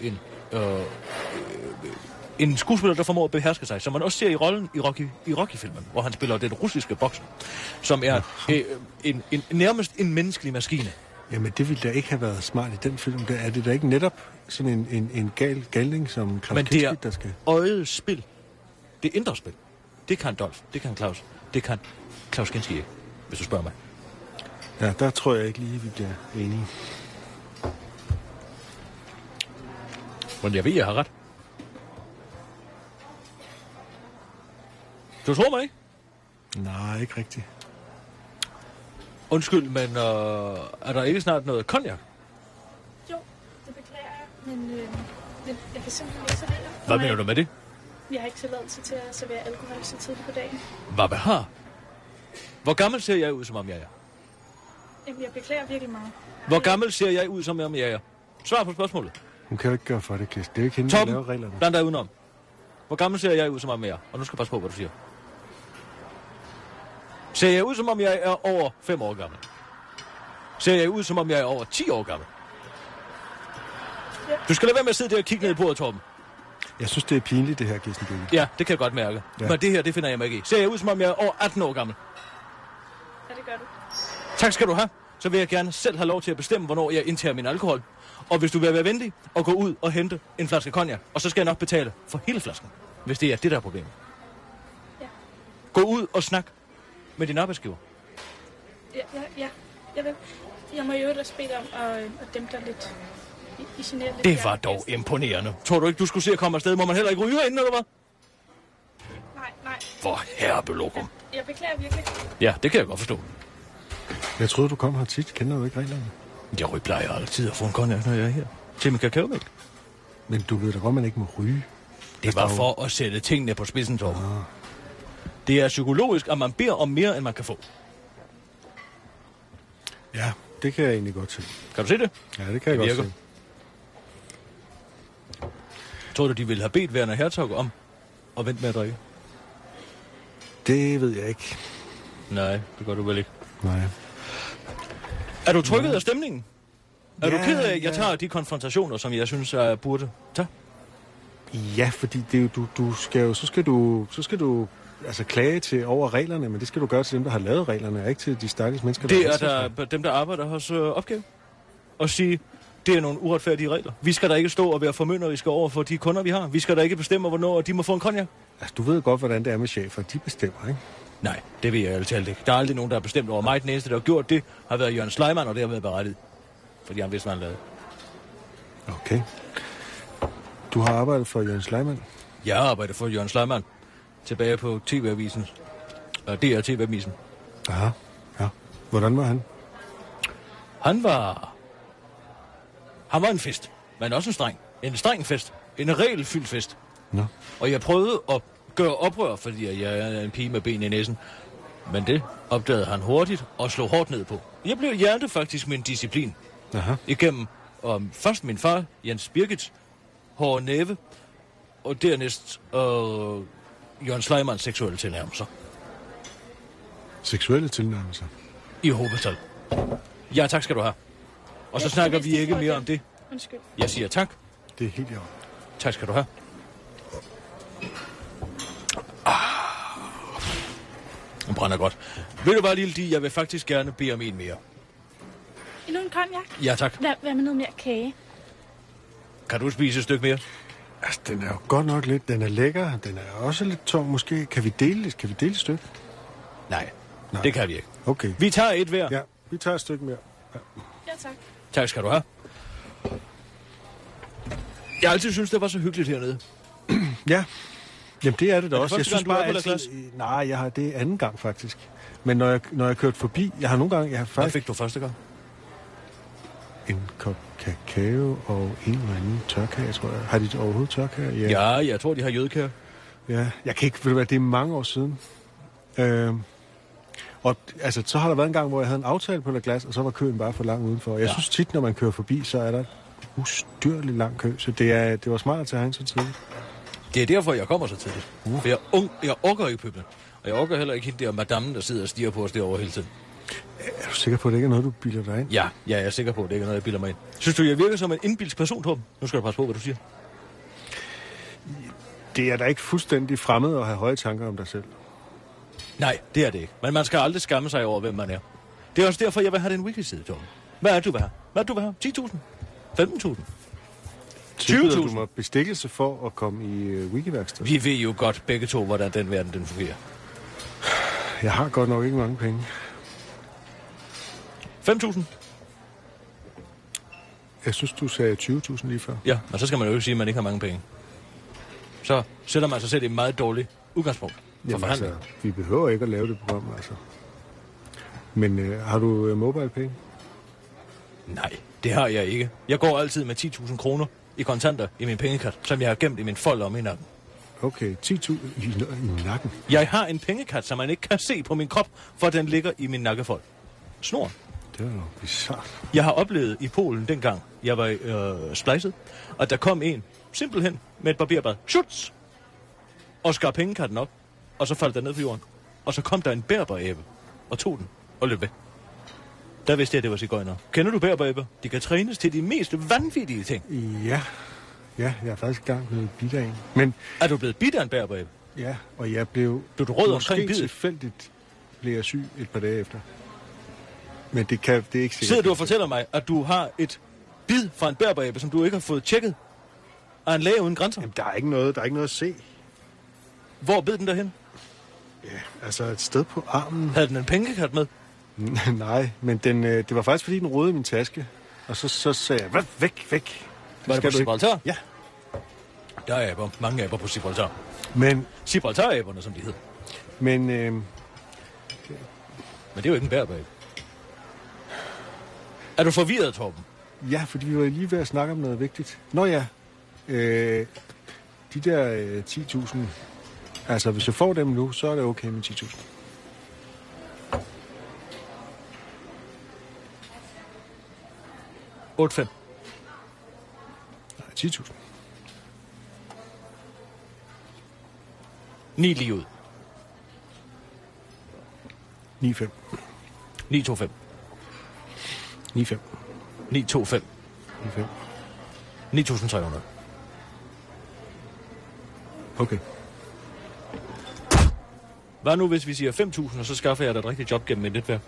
en skuespiller, der formår at beherske sig, som man også ser i rollen i Rocky-filmen, hvor han spiller den russiske bokser, som er nærmest en menneskelig maskine. Jamen, det ville da ikke have været smart i den film. Er det da ikke netop sådan en galning, som Klaus Kinski, der skal... Men det er øjets spil. Det indre spil. Det kan Dolph, det kan Klaus, det kan Klaus Kinski ikke, hvis du spørger mig. Ja, der tror jeg ikke lige, vi bliver enige. Men jeg ved, jeg har ret. Du tror mig ikke? Nej, ikke rigtigt. Undskyld, men er der ikke snart noget cognac? Jo, det beklager jeg, men jeg kan simpelthen ikke servere. Hvad mener du med det? Jeg har ikke tilladelse til at servere alkohol så tidligt på dagen. Hvad har? Hvor gammel ser jeg ud, som om jeg er? Jamen, jeg beklager virkelig meget. Hvor gammel ser jeg ud, som om jeg er? Svar på spørgsmålet. Hun kan jo ikke gøre for det, Kirsten. Det er jo ikke hende, der laver reglerne. Bland dig udenom. Hvor gammel ser jeg ud, som om jeg er? Og nu skal jeg passe på, hvad du siger. Ser jeg ud, som om jeg er over 5 år gammel? Ser jeg ud, som om jeg er over 10 år gammel? Ja. Du skal lade være med at sidde der og kigge ned i bordet, Torben. Jeg synes, det er pinligt, det her, Kirsten Birgit. Ja, det kan jeg godt mærke. Ja. Men det her, det finder jeg mig ikke i. Ser jeg ud, som om jeg er over 18 år gammel? Ja, det gør du. Tak skal du have. Så vil jeg gerne selv have lov til at bestemme, hvornår jeg indtager min alkohol. Og hvis du vil være venlig og gå ud og hente en flaske cognac, og så skal jeg nok betale for hele flasken, hvis det er det, der er problemet. Ja. Gå ud og snak med din arbejdsgiver. Ja, jeg vil. Jeg må jo også bede om at dæmpe dig lidt. I generer lidt. Det var dog imponerende. Tror du ikke, du skulle se at komme afsted? Må man heller ikke ryge herinde, eller hvad? Nej. For herrebelokum. Jeg beklager virkelig. Ja, det kan jeg godt forstå. Jeg troede, du kom her tit. Kender du ikke reglerne? Jeg plejer altid at få en cognac, når jeg er her. Til min kakaomælk. Men du ved da godt, man ikke må ryge. Det var for at sætte tingene på spidsen, Torben. Det er psykologisk, at man beder om mere, end man kan få. Ja, det kan jeg egentlig godt se. Kan du se det? Ja, det kan jeg godt se. Tror du, de ville have bedt Werner Herzog om at vente med at drikke? Det ved jeg ikke. Nej, det gør du vel ikke. Nej. Er du trykket af stemningen? Er du ked af, at jeg tager de konfrontationer, som jeg synes, jeg burde tage? Ja, fordi det er jo, du skal jo, så skal du altså klage til over reglerne, men det skal du gøre til dem, der har lavet reglerne, og ikke til de stakkels mennesker, der det er der dem, der arbejder hos opgave. Og sige, det er nogle uretfærdige regler. Vi skal da ikke stå og være formynderiske over for de kunder, vi har. Vi skal da ikke bestemme, hvornår de må få en cognac. Altså, du ved godt, hvordan det er med chefer. De bestemmer, ikke? Nej, det ved jeg altid ikke. Der er aldrig nogen, der har bestemt over mig. Den eneste, der har gjort det, har været Jørgen Sleiman, og det har været berettet. Fordi han vidste, hvad han lavede. Okay. Du har arbejdet for Jørgen Sleiman? Jeg har arbejdet for Jørgen Sleiman. Tilbage på TV-avisen. DR TV-avisen. Aha, ja. Hvordan var han? Han var en fest, men også en streng. En streng fest. En regelfyldt fest. Nå. Og jeg prøvede at gøre oprør, fordi jeg er en pige med ben i næsen. Men det opdagede han hurtigt og slog hårdt ned på. Jeg blev hjertet faktisk med en disciplin. Aha. Igennem først min far, Jens Birgit, hårde næve, og dernæst Jørgen Sleimans seksuelle tilnærmelser. Seksuelle tilnærmelser? I hovedtal. Ja, tak skal du have. Og så snakker vi ikke mere om det. Undskyld. Jeg siger tak. Det er helt i orden. Tak skal du have. Den brænder godt. Ved du hvad, lille Di, jeg vil faktisk gerne bede om en mere. Endnu en cognac? Ja, tak. Hvad med noget mere kage? Kan du spise et stykke mere? Altså, den er jo godt nok lidt... Den er lækker. Den er også lidt tung, måske. Kan vi dele et stykke? Nej, det kan vi ikke. Okay. Vi tager et hver. Ja, vi tager et stykke mere. Ja, tak. Tak skal du have. Jeg har altid synes det var så hyggeligt hernede. Ja. Jamen, det er det da også. Jeg synes bare altid... Nej, det er anden gang, faktisk. Men når jeg kørt forbi... Jeg har nogle gange... Hvad fik du første gang? En kop kakao og en eller anden tørkage, tror jeg. Har de overhovedet tørkage? Ja, jeg tror, de har jødekage. Ja, jeg kan ikke... Ved du hvad, det er mange år siden. Og altså, så har der været en gang, hvor jeg havde en aftale på La Glace, og så var køen bare for lang udenfor. Jeg synes tit, når man kører forbi, så er der ustyrligt lang kø. Så det var smart at tage hen så tidligt. Det er derfor, jeg kommer så tidligt. For jeg orker ikke pøblen. Og jeg orker heller ikke hende der madammen, der sidder og stiger på os derovre hele tiden. Er du sikker på, at det ikke er noget, du bilder dig ind? Ja, jeg er sikker på, at det ikke er noget, jeg bilder mig ind. Synes du, jeg virker som en indbilsk person, Torben? Nu skal du passe på, hvad du siger. Det er da ikke fuldstændig fremmed at have høje tanker om dig selv. Nej, det er det ikke. Men man skal aldrig skamme sig over, hvem man er. Det er også derfor, jeg vil have den wiki-side, Torben. Hvad er du vil have? Hvad er du vil have? 10.000? 15.000? 20.000? Du må bestikkelse for at komme i wikiværkstedet. Vi ved jo godt begge to, hvordan den verden den fungerer. Jeg har godt nok ikke mange penge. 5.000? Jeg synes, du sagde 20.000 lige før. Ja, og så skal man jo ikke sige, at man ikke har mange penge. Så sætter man sig selv i et meget dårligt udgangspunkt for forhandling. Altså, vi behøver ikke at lave det program, altså. Men har du MobilePay? Nej, det har jeg ikke. Jeg går altid med 10.000 kroner i kontanter i min pengekat, som jeg har gemt i min folder i nakken. Okay, 10.000 i nakken? Jeg har en pengekat, som man ikke kan se på min krop, for den ligger i min nakkefold. Snor. Det er jo bizarrt. Jeg har oplevet i Polen dengang, jeg var splejset, og der kom en simpelthen med et barberbad. Schutz! Og skar pengekatten op, og så faldt den ned på jorden. Og så kom der en berberæbe og tog den og løb væk. Der vidste jeg, det var sigøjner. Kender du berberæber? De kan trænes til de mest vanvittige ting. Ja, jeg er faktisk i gang med bidt af en. Men er du blevet bidt af en berberæbe? ja, og jeg blev... Blev du rød omkring bidet? Måske tilfældigt blev jeg syg et par dage efter. Men det er ikke sikkert. Sidder du og fortæller mig, at du har et bid fra en berberæbe, som du ikke har fået tjekket af en læge uden grænser? Jamen, der er ikke noget at se. Hvor bed den derhen? Ja, altså et sted på armen. Havde den en pengekat med? Nej, men det var faktisk, fordi den rodede i min taske. Og så sagde jeg, væk. Var det på Gibraltar? Ja. Der er aber. Mange aber på Gibraltar. Men Gibraltar-aberne, som de hed. Men det er jo ikke en berberæbe. Er du forvirret, Torben? Ja, fordi vi var lige ved at snakke om noget vigtigt. Nå ja, de der 10.000, altså hvis jeg får dem nu, så er det okay med 10.000. $8,5. Nej, 10.000. 9 lige ud. 9,5. 9,25. 9,5. 9,25. 9,5. 9.300. Okay. Hvad nu, hvis vi siger 5.000, og så skaffer jeg dig et rigtigt job gennem et netværk?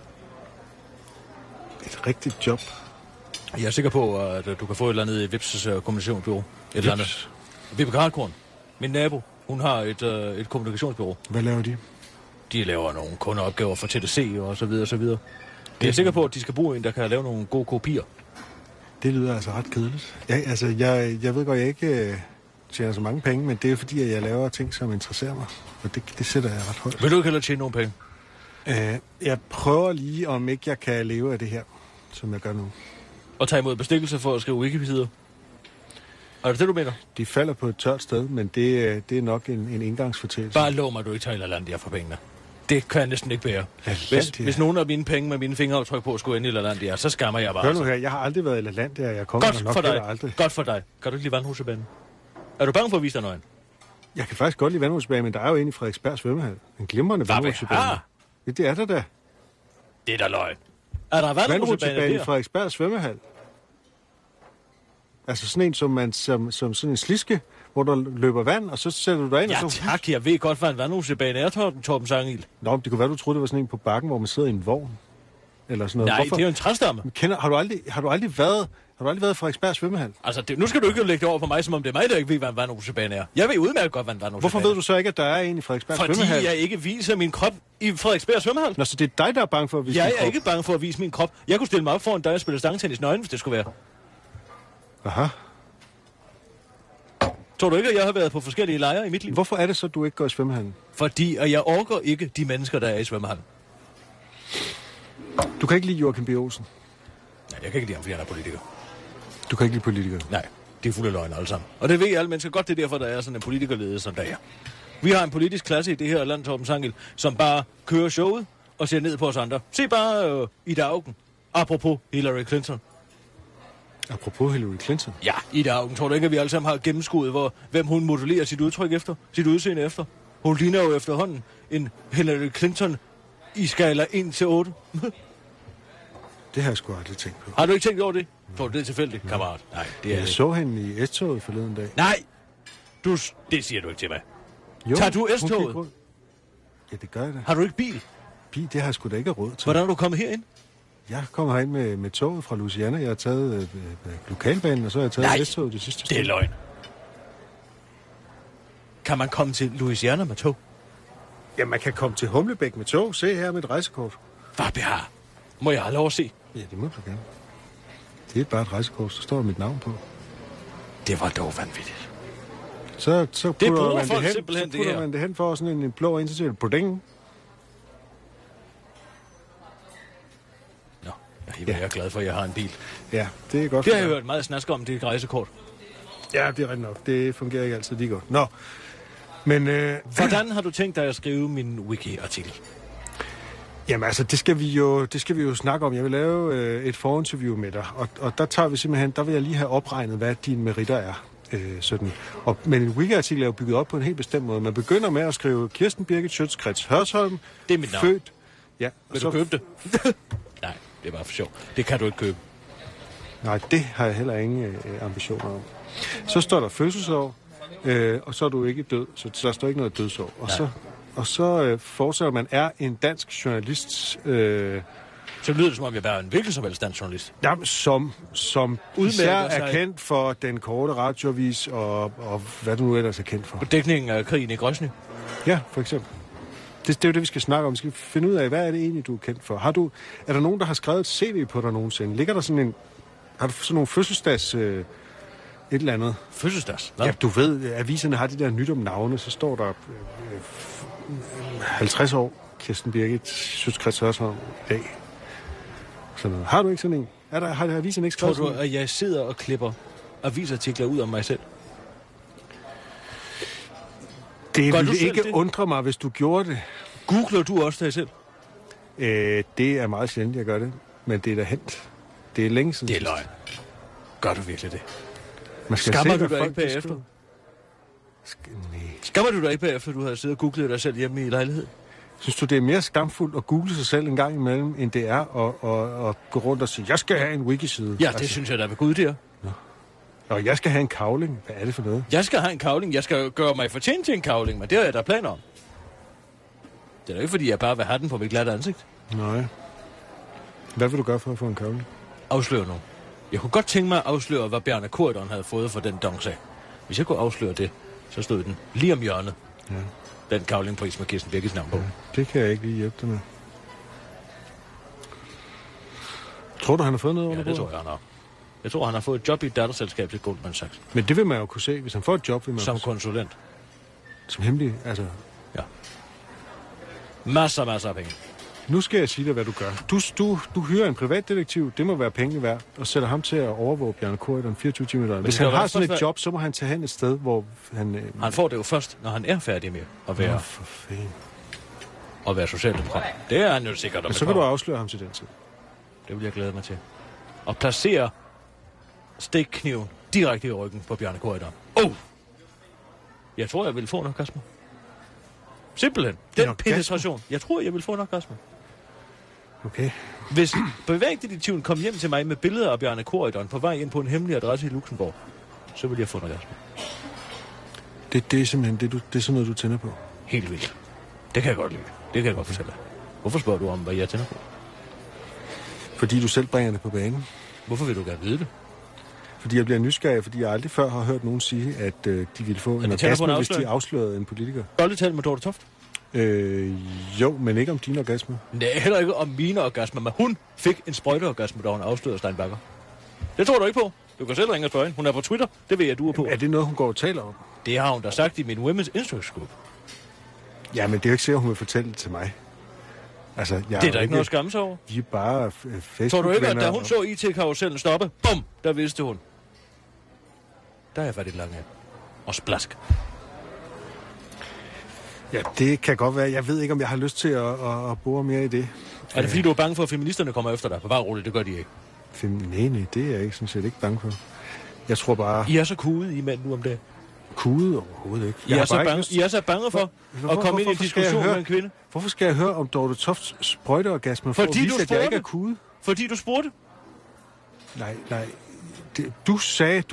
Et rigtigt job? Jeg er sikker på, at du kan få et eller andet i Vips' kommunikationsbureau. Et eller andet. Vibeke Hartkorn, min nabo, hun har et kommunikationsbureau. Hvad laver de? De laver nogle kundeopgaver for TDC og så videre og så videre. Jeg er sikker på, at de skal bruge en, der kan lave nogle gode kopier. Det lyder altså ret kedeligt. Jeg ved godt, jeg ikke tjener så mange penge, men det er fordi, at jeg laver ting, som interesserer mig. Og det sætter jeg ret højt. Vil du ikke heller tjene nogle penge? Jeg prøver lige, om ikke jeg kan leve af det her, som jeg gør nu. Og tage imod bestikkelse for at skrive wikisider? Er det det, du mener? De falder på et tørt sted, men det er nok en indgangsfortælling. Bare lov mig, at du ikke tager LaLandia for pengene. Det kan jeg næsten ikke bære. Hvis nogen af mine penge med mine fingeraftryk på skulle ende i LaLandia, så skammer jeg bare. Hør nu her, jeg har aldrig været i LaLandia, jeg kommer nok heller aldrig. Godt for dig. Kan du ikke lide vandhusbanen? Er du bange for at vise dig nøgen? Jeg kan faktisk godt lide vandhusbanen, men der er jo en i Frederiksberg svømmehal. En glimrende vandhusbane. Ja, det er der da. Det er da løgn. Er der vandhusbane i Frederiksberg svømmehal? Altså sådan en, som sådan en sliske, hvor der løber vand, og så sætter du dig ind. Ja, og så... tak. Jeg ved godt, hvad en vandhusbane er, Torben Sangil. Nå, det kunne være, du troede, det var sådan en på bakken, hvor man sidder i en vogn. Eller sådan noget. Nej, hvorfor? det er jo en træstamme. Har du aldrig været i Frederiksberg svømmehal? Altså, nu skal du ikke lægge det over på mig, som om det er mig, der ikke ved, hvad en vandhusbane er. Jeg ved udmærket godt, hvad en vandhusbane er. Hvorfor ved du så ikke, at der er en i Frederiksberg svømmehal? Fordi jeg ikke viser min krop i Frederiksberg svømmehal. Nå, så det er dig, der er bange for at vise din krop? Jeg er ikke bange for at vise min krop. Jeg kunne stille mig op foran dig og spille stangtennis nøgen, hvis det skulle være. Aha. Tror du ikke, at jeg har været på forskellige lejre i mit liv? Hvorfor er det så, at du ikke går i svømmehallen? Fordi jeg orker ikke de mennesker, der er i svømmehallen. Du kan ikke lide Joachim B. Olsen? Nej, jeg kan ikke lide ham, fordi han er politiker. Du kan ikke lide politikere? Nej, de er fulde af løgn alle sammen. Og det ved alle mennesker godt, det er derfor, der er sådan en politikerlede, som der er. Vi har en politisk klasse i det her land, Torben Sangil, som bare kører showet og ser ned på os andre. Se bare Ida Auken. Apropos Hillary Clinton. Apropos Hillary Clinton? Ja, Ida Auken. Tror du ikke, at vi alle sammen har gennemskuddet, hvem hun modulerer sit udtryk efter? Sit udseende efter? Hun ligner jo efterhånden en Hillary Clinton i skala 1-8. Det har jeg sgu aldrig tænkt på. Har du ikke tænkt over det? Tror du, det er tilfældigt, kammerat? Nej, det er jeg så hende i S-toget forleden dag. Nej! Det siger du ikke til mig. Jo, tager du S-toget? Ja, det gør jeg da. Har du ikke bil? Bil, det har jeg sgu da ikke råd til. Hvordan er du kommet herind? Jeg kommer herind med toget fra Louisiana. Jeg har taget lokalbanen, og så har jeg taget S-toget det sidste. Det er løgn. Kan man komme til Louisiana med tog? Ja, man kan komme til Humlebæk med tog. Se her med et rejsekort. Hvad behar? Må jeg have lov at se? Ja, det må du gerne. Det er bare et rejsekort, så står der mit navn på. Det var dog vanvittigt. Så bruger man folk det hen, simpelthen så det her. man det hen for sådan en blå intertil på dængen. Nå, jeg er glad for, at jeg har en bil. Ja, det er godt. Det har jeg hørt meget snask om, det er et rejsekort. Ja, det er rigtigt nok. Det fungerer ikke altid lige godt. Nå, men... Hvordan har du tænkt dig at skrive min wiki-artikel? Jamen altså, det skal vi jo snakke om. Jeg vil lave et forinterview med dig, og der tager vi simpelthen, der vil jeg lige have opregnet, hvad dine meritter er. Sådan. Men en wiki-artikel er jo bygget op på en helt bestemt måde. Man begynder med at skrive Kirsten Birgit Schøtz-Krets Hørsholm. Det er mit navn. Født. Ja, vil du købe det? Nej, det er bare for sjov. Det kan du ikke købe. Nej, det har jeg heller ingen ambitioner om. Så står der fødselsår, og så er du ikke død, så der står ikke noget dødsår. Og så fortsætter man er en dansk journalist. Så lyder det som om, jeg bare er en hvilken som helst dansk journalist. Jamen, som især er kendt for den korte radioavis, og hvad du nu ellers er kendt for. På dækningen af krigen i Grøsny. Ja, for eksempel. Det er jo det, vi skal snakke om. Vi skal finde ud af, hvad er det egentlig, du er kendt for. Er der nogen, der har skrevet et CV på dig nogensinde? Ligger der sådan en... Har du sådan nogle fødselsdags... et eller andet? Fødselsdags? Ja, du ved, aviserne har de der nyt om navne, så står der 50 år, Kirsten Birgit, Schøtz-Krets Hørsholm i dag. Sådan noget. Har du ikke sådan en? Har aviserne ikke skrevet? Tror du, at jeg sidder og klipper avisartikler ud om mig selv? Det ville ikke undre mig, hvis du gjorde det. Googler du også dig selv? Det er meget sjældent, jeg gør det. Men det er da hent. Det er længe siden. Det er løgn. Gør du virkelig det? Skammer du dig ikke bagefter? Skammer du dig ikke bagefter, du har siddet og googlet dig selv hjemme i lejlighed? Synes du, det er mere skamfuldt at google sig selv en gang imellem, end det er at gå rundt og sige, jeg skal have en wikiside? Ja, det synes jeg da ved Gud, det er. Og jeg skal have en kavling. Hvad er det for noget? Jeg skal have en kavling. Jeg skal gøre mig fortjent til en kavling, men det har jeg da planer om. Det er da ikke, fordi jeg bare vil have den på mit glatte ansigt. Nej. Hvad vil du gøre for at få en kavling? Afsløre nu. Jeg kunne godt tænke mig at afsløre, hvad Bjarne Corydon havde fået for den dongsag. Hvis jeg kunne afsløre det, så stod den lige om hjørnet. Ja. Den kavlingpris med Kirsten Birgits navn på. Ja, det kan jeg ikke lige hjælpe dig med. Tror du, han har fået noget under bordet? Ja, det tror jeg, han har. Jeg tror, han har fået et job i et datterselskab til Goldman Sachs. Men det vil man jo kunne se. Hvis han får et job, vil man som konsulent. Som hemmelig, altså... Ja. Masser af penge. Nu skal jeg sige dig, hvad du gør. Du hyrer en privatdetektiv, det må være penge værd, og sætter ham til at overvåge Bjarne Corydon 24 timer i døgnet. Hvis han har sådan et job, så må han tage hen et sted, hvor han... Han får det jo først, når han er færdig med at være... for fanden. Og være socialdemokrat. Det er han jo sikkert. Men så kan du afsløre ham til den tid. Det vil jeg glæde mig til. Og placere stikkniven direkte i ryggen på Bjarne Corydon. Jeg tror, jeg vil få en orgasme. Simpelthen. Den penetration. Jeg tror, jeg vil få en orgasme. Okay. Hvis privatdetektiven kom hjem til mig med billeder af Bjarne Corydon på vej ind på en hemmelig adresse i Luxembourg, så vil jeg få en orgasme. Det er simpelthen det er sådan noget, du tænder på? Helt vildt. Det kan jeg godt lide. Det kan jeg godt fortælle dig. Hvorfor spørger du om, hvad jeg tænder på? Fordi du selv bringer det på banen. Hvorfor vil du gerne vide det? Fordi jeg bliver nysgerrig, fordi jeg aldrig før har hørt nogen sige, at de ville få en orgasme, hvis de afslørede en politiker. Dårligt talt med Dorte Toft? Jo, men ikke om dine orgasmer. Nej, heller ikke om mine orgasmer, men hun fik en sprøjteorgasme, da hun afslørede Stein Bakker. Det tror du ikke på. Du kan selv ringe og spørge hende. Hun er på Twitter. Det ved jeg, du er på. Er det noget, hun går og taler om? Det har hun da sagt i min Women's Instructs Group. Ja, men det er jo ikke sikkert, hun vil fortælle det til mig. Altså, det er da ikke noget at skamme sig over. Vi er bare Facebook-venner. Tror du ikke, at da hun så IT-karusellen stoppe, bum, der vidste hun. Der er jeg faktisk langt af. Og splask. Ja, det kan godt være. Jeg ved ikke, om jeg har lyst til at bore mere i det. Er det fordi, du er bange for, at feministerne kommer efter dig? Bare roligt, det gør de ikke. Nej, det er jeg ikke sådan set ikke bange for. Jeg tror bare... I er så kude, I mænd, nu om det. Kude overhovedet ikke. I er så bange for at komme ind i en diskussion med en kvinde. Hvorfor skal jeg høre om Dorte Tofts sprøjteorgasme for at vise, at jeg ikke er kude? Fordi du spurgte? Nej. Du sagde,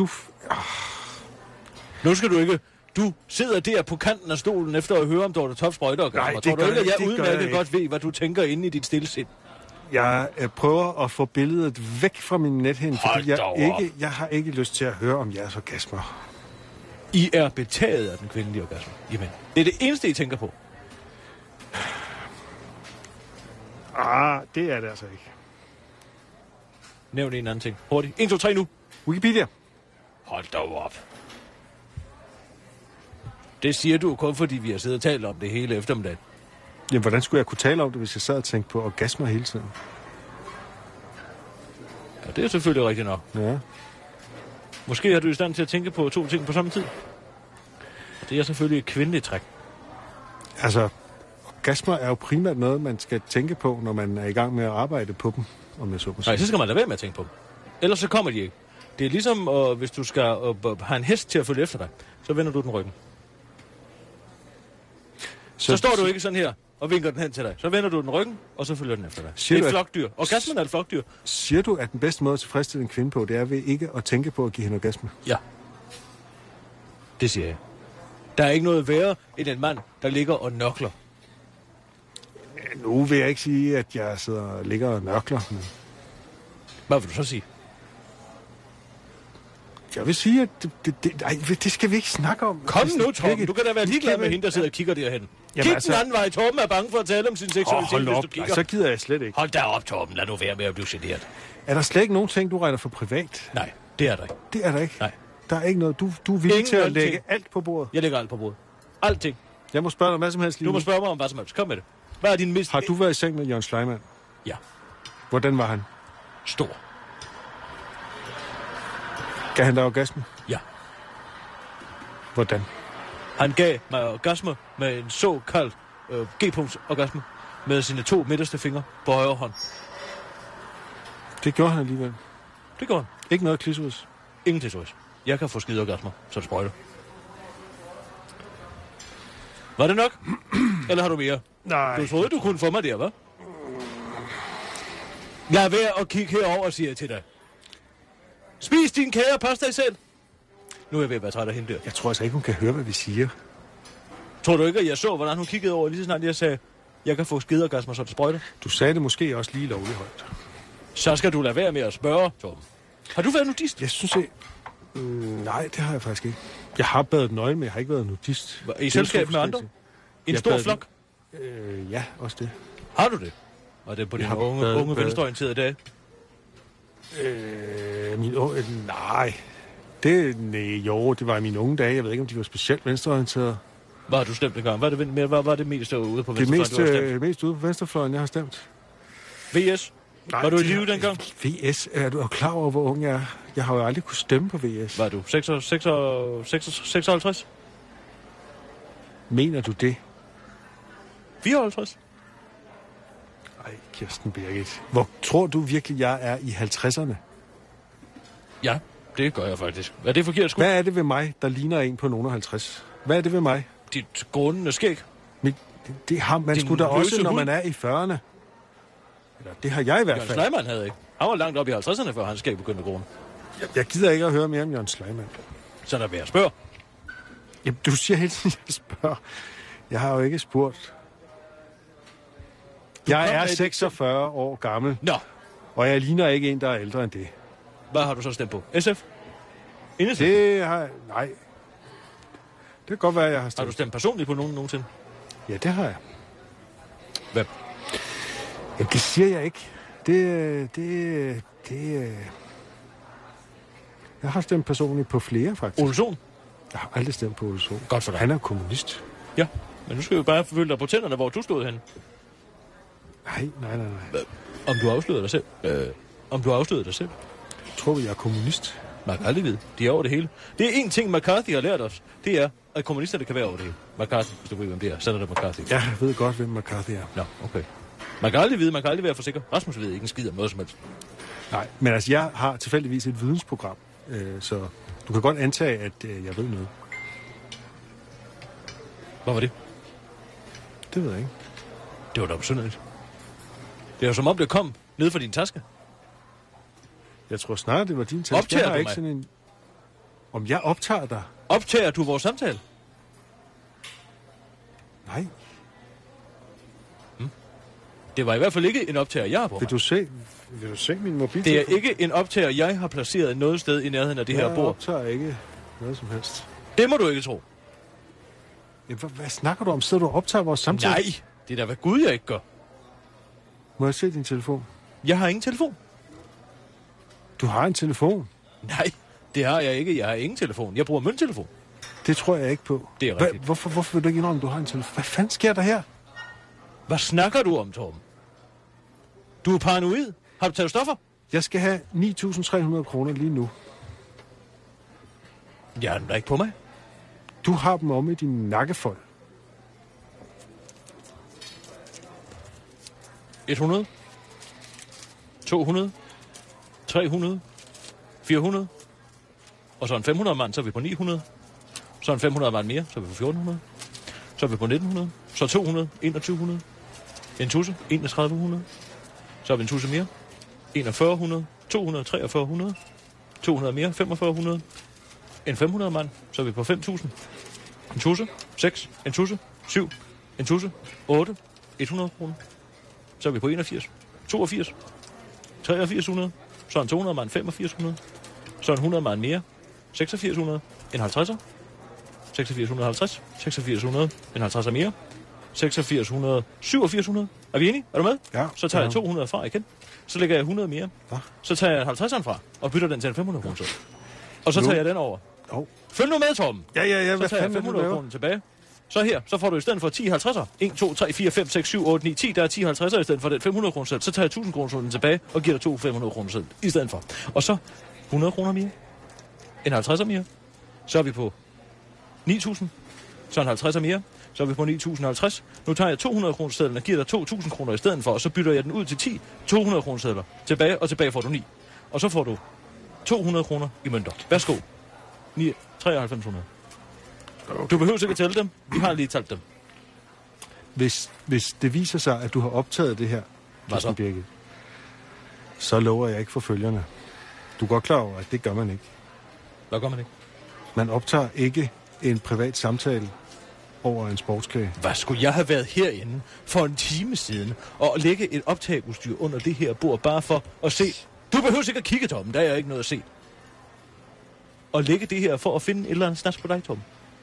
Nu skal du ikke... Du sidder der på kanten af stolen efter at høre om Dorte Tofts sprøjteorgasme. Nej, tror du ikke, at jeg udmærket godt ved, hvad du tænker inde i dit stillesind? Jeg prøver at få billedet væk fra min nethinde, fordi jeg har ikke lyst til at høre om jeres orgasmer. I er betaget af den kvindelige orgasme. Jamen, det er det eneste, I tænker på. Det er det altså ikke. Nævn en anden ting. Hurtigt. 1, 2, 3 nu. Wikipedia. Hold da op. Det siger du kun, fordi vi har siddet og talt om det hele eftermiddagen. Jamen, hvordan skulle jeg kunne tale om det, hvis jeg sad og tænkte på orgasmer hele tiden? Ja, det er selvfølgelig rigtigt nok. Ja. Måske er du i stand til at tænke på 2 ting på samme tid. Det er selvfølgelig et kvindeligt træk. Altså, orgasmer er jo primært noget, man skal tænke på, når man er i gang med at arbejde på dem, om jeg så må sige. Nej, så skal man lade være med at tænke på dem. Ellers så kommer de ikke. Det er ligesom, hvis du skal have en hest til at følge efter dig, så vender du den ryggen. Så står du ikke sådan her og vinker den hen til dig. Så vender du den ryggen, og så følger den efter dig. Det er et flokdyr. Orgasmen er et flokdyr. Siger du, at den bedste måde at tilfredsstille en kvinde på, det er ved ikke at tænke på at give hende orgasme? Ja. Det siger jeg. Der er ikke noget værre end en mand, der ligger og nørkler. Nu vil jeg ikke sige, at jeg sidder og ligger og nørkler. Men Hvad vil du så sige? jeg vil sige, at det skal vi ikke snakke om. Kom nu, Torben. Du kan da være ligeglad med hende, der sidder og kigger derhen. Kig den anden vej. Torben er bange for at tale om sin seksualitet, hvis du kigger. Nej, så gider jeg slet ikke. Hold da op, Torben. Lad nu være med at blive generet. Er der slet ikke nogen ting, du regner for privat? Nej, det er der ikke. Det er der ikke? Nej. Der er ikke noget. Du er villig til at lægge alt på bordet? Jeg lægger alt på bordet. Alting. Jeg må spørge dig om hvad som helst lige Du må spørge mig om hvad som helst. Kom med det. Hvad er din mist? Har du været i seng med Jørgen Schleiman? Ja. Hvordan var han? Stor. Gav han dig orgasme? Ja. Hvordan? Han gav mig orgasme med en såkaldt G-punktsorgasme med sine 2 midterste fingre på højre hånd. Det gjorde han alligevel. Det går han. Ikke noget klitoris? Ingen klitoris. Jeg kan få skide orgasmer, så det sprøjter. Var det nok? Eller har du mere? Nej. Du troede, du kunne få mig der, hva'? Lad være at kigge herover, siger jeg til dig. Spis din kage og pas dig selv. Nu er jeg ved at være træt af hende der. Jeg tror altså ikke, hun kan høre, hvad vi siger. Tror du ikke, at jeg så, hvordan hun kiggede over, lige så snart jeg sagde, jeg kan få skideorgasmer, så det sprøjter? Du sagde det måske også lige lovligt højt. Så skal du lade være med at spørge, Torben. Har du været nudist? Jeg synes ikke... nej, det har jeg faktisk ikke. Jeg har badet nøgen, men jeg har ikke været nudist. I selskab med andre? En stor flok? Ja, også det. Har du det? Og det er på dine unge venstreorienterede dage? Nej. Jo, det var i mine unge dage. Jeg ved ikke, om de var specielt venstreorienterede. Hvad har du stemt engang? Hvad var det mest ude på venstrefløjen, du har stemt? Mest ude på venstrefløjen, jeg har stemt. VS? Nej, var du i live dengang? VS? Er du klar over, hvor ung jeg er? Jeg har jo aldrig kunne stemme på VS. Var du 56? Mener du det? 54? Ej, Kirsten Birgit. Hvor tror du virkelig, jeg er i 50'erne? Ja, det gør jeg faktisk. Er det forkert sgu? Hvad er det ved mig, der ligner en på nogen af 50? Hvad er det ved mig? Dit grundende skæg. Det har man sgu da også, når man er i 40'erne. Eller, det har jeg i hvert fald. Jørgen Schleiman havde ikke. Han var langt op i 50'erne, før hans skæg begyndte at gro. Jeg gider ikke at høre mere om Jørgen Schleiman. Så der vil jeg spørge. Jamen, du siger hele tiden, jeg spørger. Jeg har jo ikke spurgt. Jeg er 46 år gammel. Nå. Og jeg ligner ikke en, der er ældre end det. Hvad har du så stemt på? SF? Det har jeg... Nej. Det kan godt være, jeg har stemt. Har du stemt personligt på nogen nogensinde? Ja, det har jeg. Hvad? Jamen, det siger jeg ikke. Jeg har stemt personligt på flere, faktisk. Ole Sohn? Jeg har aldrig stemt på Ole Sohn. Godt for dig. Han er kommunist. Ja, men nu skal vi bare forfølge dig på tænderne, hvor du stod henne. Nej. Om du afslørede dig selv? Om du afslørede dig selv? Tror du, jeg er kommunist? Man kan aldrig vide. De er over det hele. Det er en ting, McCarthy har lært os. Det er, at kommunisterne kan være over det hele. McCarthy, hvis du ved, hvem det er. Senator McCarthy. Ja, jeg ved godt, hvem McCarthy er. Nå, okay. Man kan aldrig vide, man kan aldrig være for sikker. Rasmus ved ikke en skid om noget som helst. Nej, men altså, jeg har tilfældigvis et vidensprogram, så du kan godt antage, at jeg ved noget. Hvad var det? Det ved jeg ikke. Det var da besynderligt. Det er jo som om, det kom ned fra din taske. Jeg tror snart, det var din taske. Optager jeg har du ikke mig? sådan en... Om jeg optager dig? Optager du vores samtale? Nej. Det var i hvert fald ikke en optager, jeg har på mig. Vil du se min mobiltelefon? Det er ikke en optager, jeg har placeret noget sted i nærheden af det her bord. Jeg optager ikke noget som helst. Det må du ikke tro. Jamen, hvad snakker du om? Sidder du og optager vores samtale? Nej, det er da hvad Gud, jeg ikke gør. Må jeg se din telefon? Jeg har ingen telefon. Du har en telefon. Nej, det har jeg ikke. Jeg har ingen telefon. Jeg bruger mønttelefon. Det tror jeg ikke på. Det er rigtigt. Hvorfor vil du ikke indrømme, at du har en telefon? Hvad fanden sker der her? Hvad snakker du om, Torben? Du er paranoid. Har du taget stoffer? Jeg skal have 9.300 kroner lige nu. Jeg har dem da ikke på mig. Du har dem omme i din nakkefold. 100, 200, 300, 400, og så en 500 mand, så er vi på 900. Så en 500 mand mere, så er vi på 1400. Så er vi på 1900. Så 200, 2100. En tusse, 3100. Så er vi en tusse mere. 4100, 200, 4300. 200 mere, 4500. En 500 mand, så er vi på 5000. En tusse, 6. En tusse, 7. En tusse, 8. 100 kroner. Så er vi på 81. 82. 8300. Så en 200 mand, 8500. Så en 100 mand mere. 8600. En 50'er. 8650. 8600. En 50'er mere. 8600. 8700. Er vi enige? Er du med? Ja. Så tager jeg 200 fra igen. Så lægger jeg 100 mere. Hva? Så tager jeg 50'eren fra og bytter den til en 500 kroner. Og så tager jeg den over. Følg nu med, Torben. Ja. Så tager jeg 500 kroner tilbage. Så her, så får du i stedet for 10 50'er. 1, 2, 3, 4, 5, 6, 7, 8, 9, 10. Der er 10 50'er i stedet for den 500 kroner selv. Så tager jeg 1000 kroner tilbage og giver dig 2 500 kroner selv i stedet for. Og så 100 kroner mere. En 50'er mere. Så er vi på 9.000. Så en 50'er mere. Så er vi på 9.050. Nu tager jeg 200 kroner sedlen og giver dig 2.000 kroner i stedet for. Og så bytter jeg den ud til 10 200 kroner sedler. Tilbage, og tilbage får du 9. Og så får du 200 kroner i mønter. Værsgo. 9300. Du behøver ikke at tælle dem. Vi har lige talt dem. Hvis det viser sig, at du har optaget det her, Hvad Birgit, så lover jeg ikke for følgerne. Du er godt klar over, at det gør man ikke. Hvad gør man ikke? Man optager ikke en privat samtale over en sportskage. Hvad skulle jeg have været herinde for en time siden og lægge et optageudstyr under det her bord bare for at se? Du behøver ikke at kigge, Torben. Der er ikke noget at se. Og lægge det her for at finde et eller andet snaps på dig, Torben.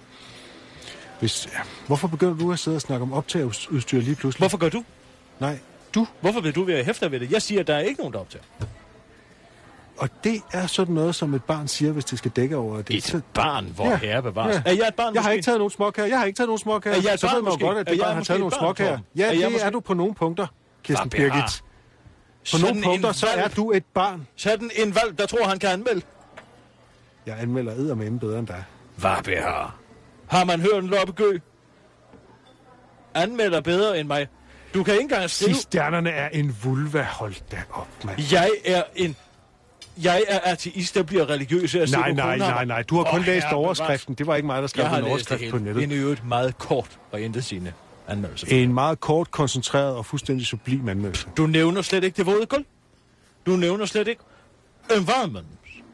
Hvorfor begynder du at sidde og snakke om optageudstyr lige pludselig? Hvorfor gør du? Nej, du. Hvorfor vil du være hæfter ved det? Jeg siger, at der er ikke nogen, der optager. Og det er sådan noget, som et barn siger, hvis det skal dække over det. Et barn, hvor herre bevares. Ja. Er jeg et barn, Jeg har ikke taget nogen småkager. Er jeg et så barn, ved man jo godt, at det barn har taget nogle småkager. Ja, det er du på nogle punkter, Kirsten Birgit. På nogle punkter, så er du et barn. Sådan en valg, der tror, han kan anmelde. Jeg anmelder eddermame bedre end dig. Hvad behar? Har man hørt en loppegø? Anmelder bedre end mig. Du kan ikke engang skrive... Cisternerne er en vulva. Hold da op, mand. Jeg er ateist, der bliver religiøs. Nej. Du har kun læst overskriften. Det var ikke mig, der skrev en overskrift på nettet. Det er jo meget kort og intetsigende anmeldelse. En meget kort, koncentreret og fuldstændig sublim anmeldelse. Du nævner slet ikke det våde gulv. Du nævner slet ikke environment.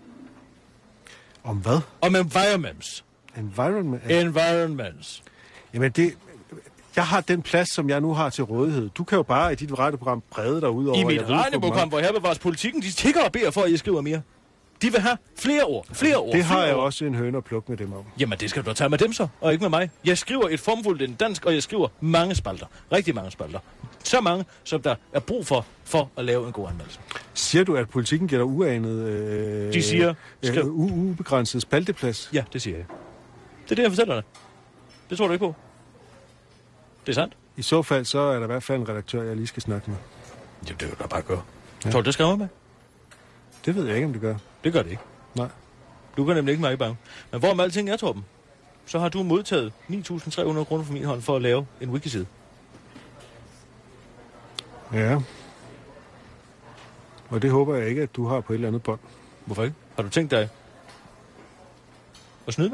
Om hvad? Om environments. Environments. Jamen jeg har den plads, som jeg nu har til rådighed. Du kan jo bare i dit radioprogram brede dig ud over... I mit radioprogram, hvor her bevares politikken, de tigger og beder for, at jeg skriver mere. De vil have flere ord. Det har jeg også en høne at plukke med dem om. Jamen, det skal du tage med dem så, og ikke med mig. Jeg skriver et formfuldt dansk, og jeg skriver mange spalter. Rigtig mange spalter. Så mange, som der er brug for at lave en god anmeldelse. Siger du, at politikken giver dig uanet... De siger... ubegrænset spalteplads? Ja, det siger jeg. Det er det, jeg fortæller dig. Det tror du ikke på. Det er sandt. I så fald, så er der i hvert fald en redaktør, jeg lige skal snakke med. Jamen, det vil du bare gøre. Ja. Tror du, det skriver med? Det ved jeg ikke, om det gør. Det gør det ikke. Nej. Du kan nemlig ikke mærke bange. Men hvorom alting er, Torben, så har du modtaget 9.300 kroner fra min hånd for at lave en wikiside. Ja. Og det håber jeg ikke, at du har på et eller andet bånd. Hvorfor ikke? Har du tænkt dig at snyde med?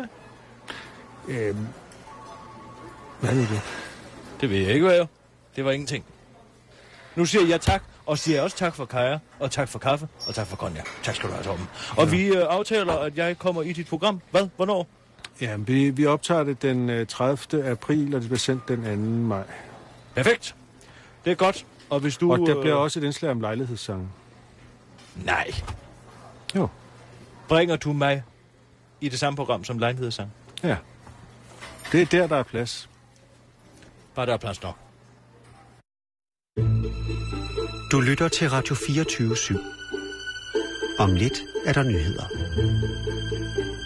Hvad er det? Det ved jeg ikke, hvad jeg. Det var ingenting. Nu siger jeg tak, og siger også tak for kajer, og tak for kaffe, og tak for cognac. Tak skal du have, Torben. Og vi aftaler, at jeg kommer i dit program. Hvad? Hvornår? Jamen, vi optager det den 30. april, og det bliver sendt den 2. maj. Perfekt. Det er godt. Og hvis du... Og der bliver også et indslag om lejlighedssange. Nej. Jo. Bringer du mig i det samme program som lejlighedssang? Ja. Det er der er plads. Bare der er plads nok. Du lytter til Radio 24/7. Om lidt er der nyheder.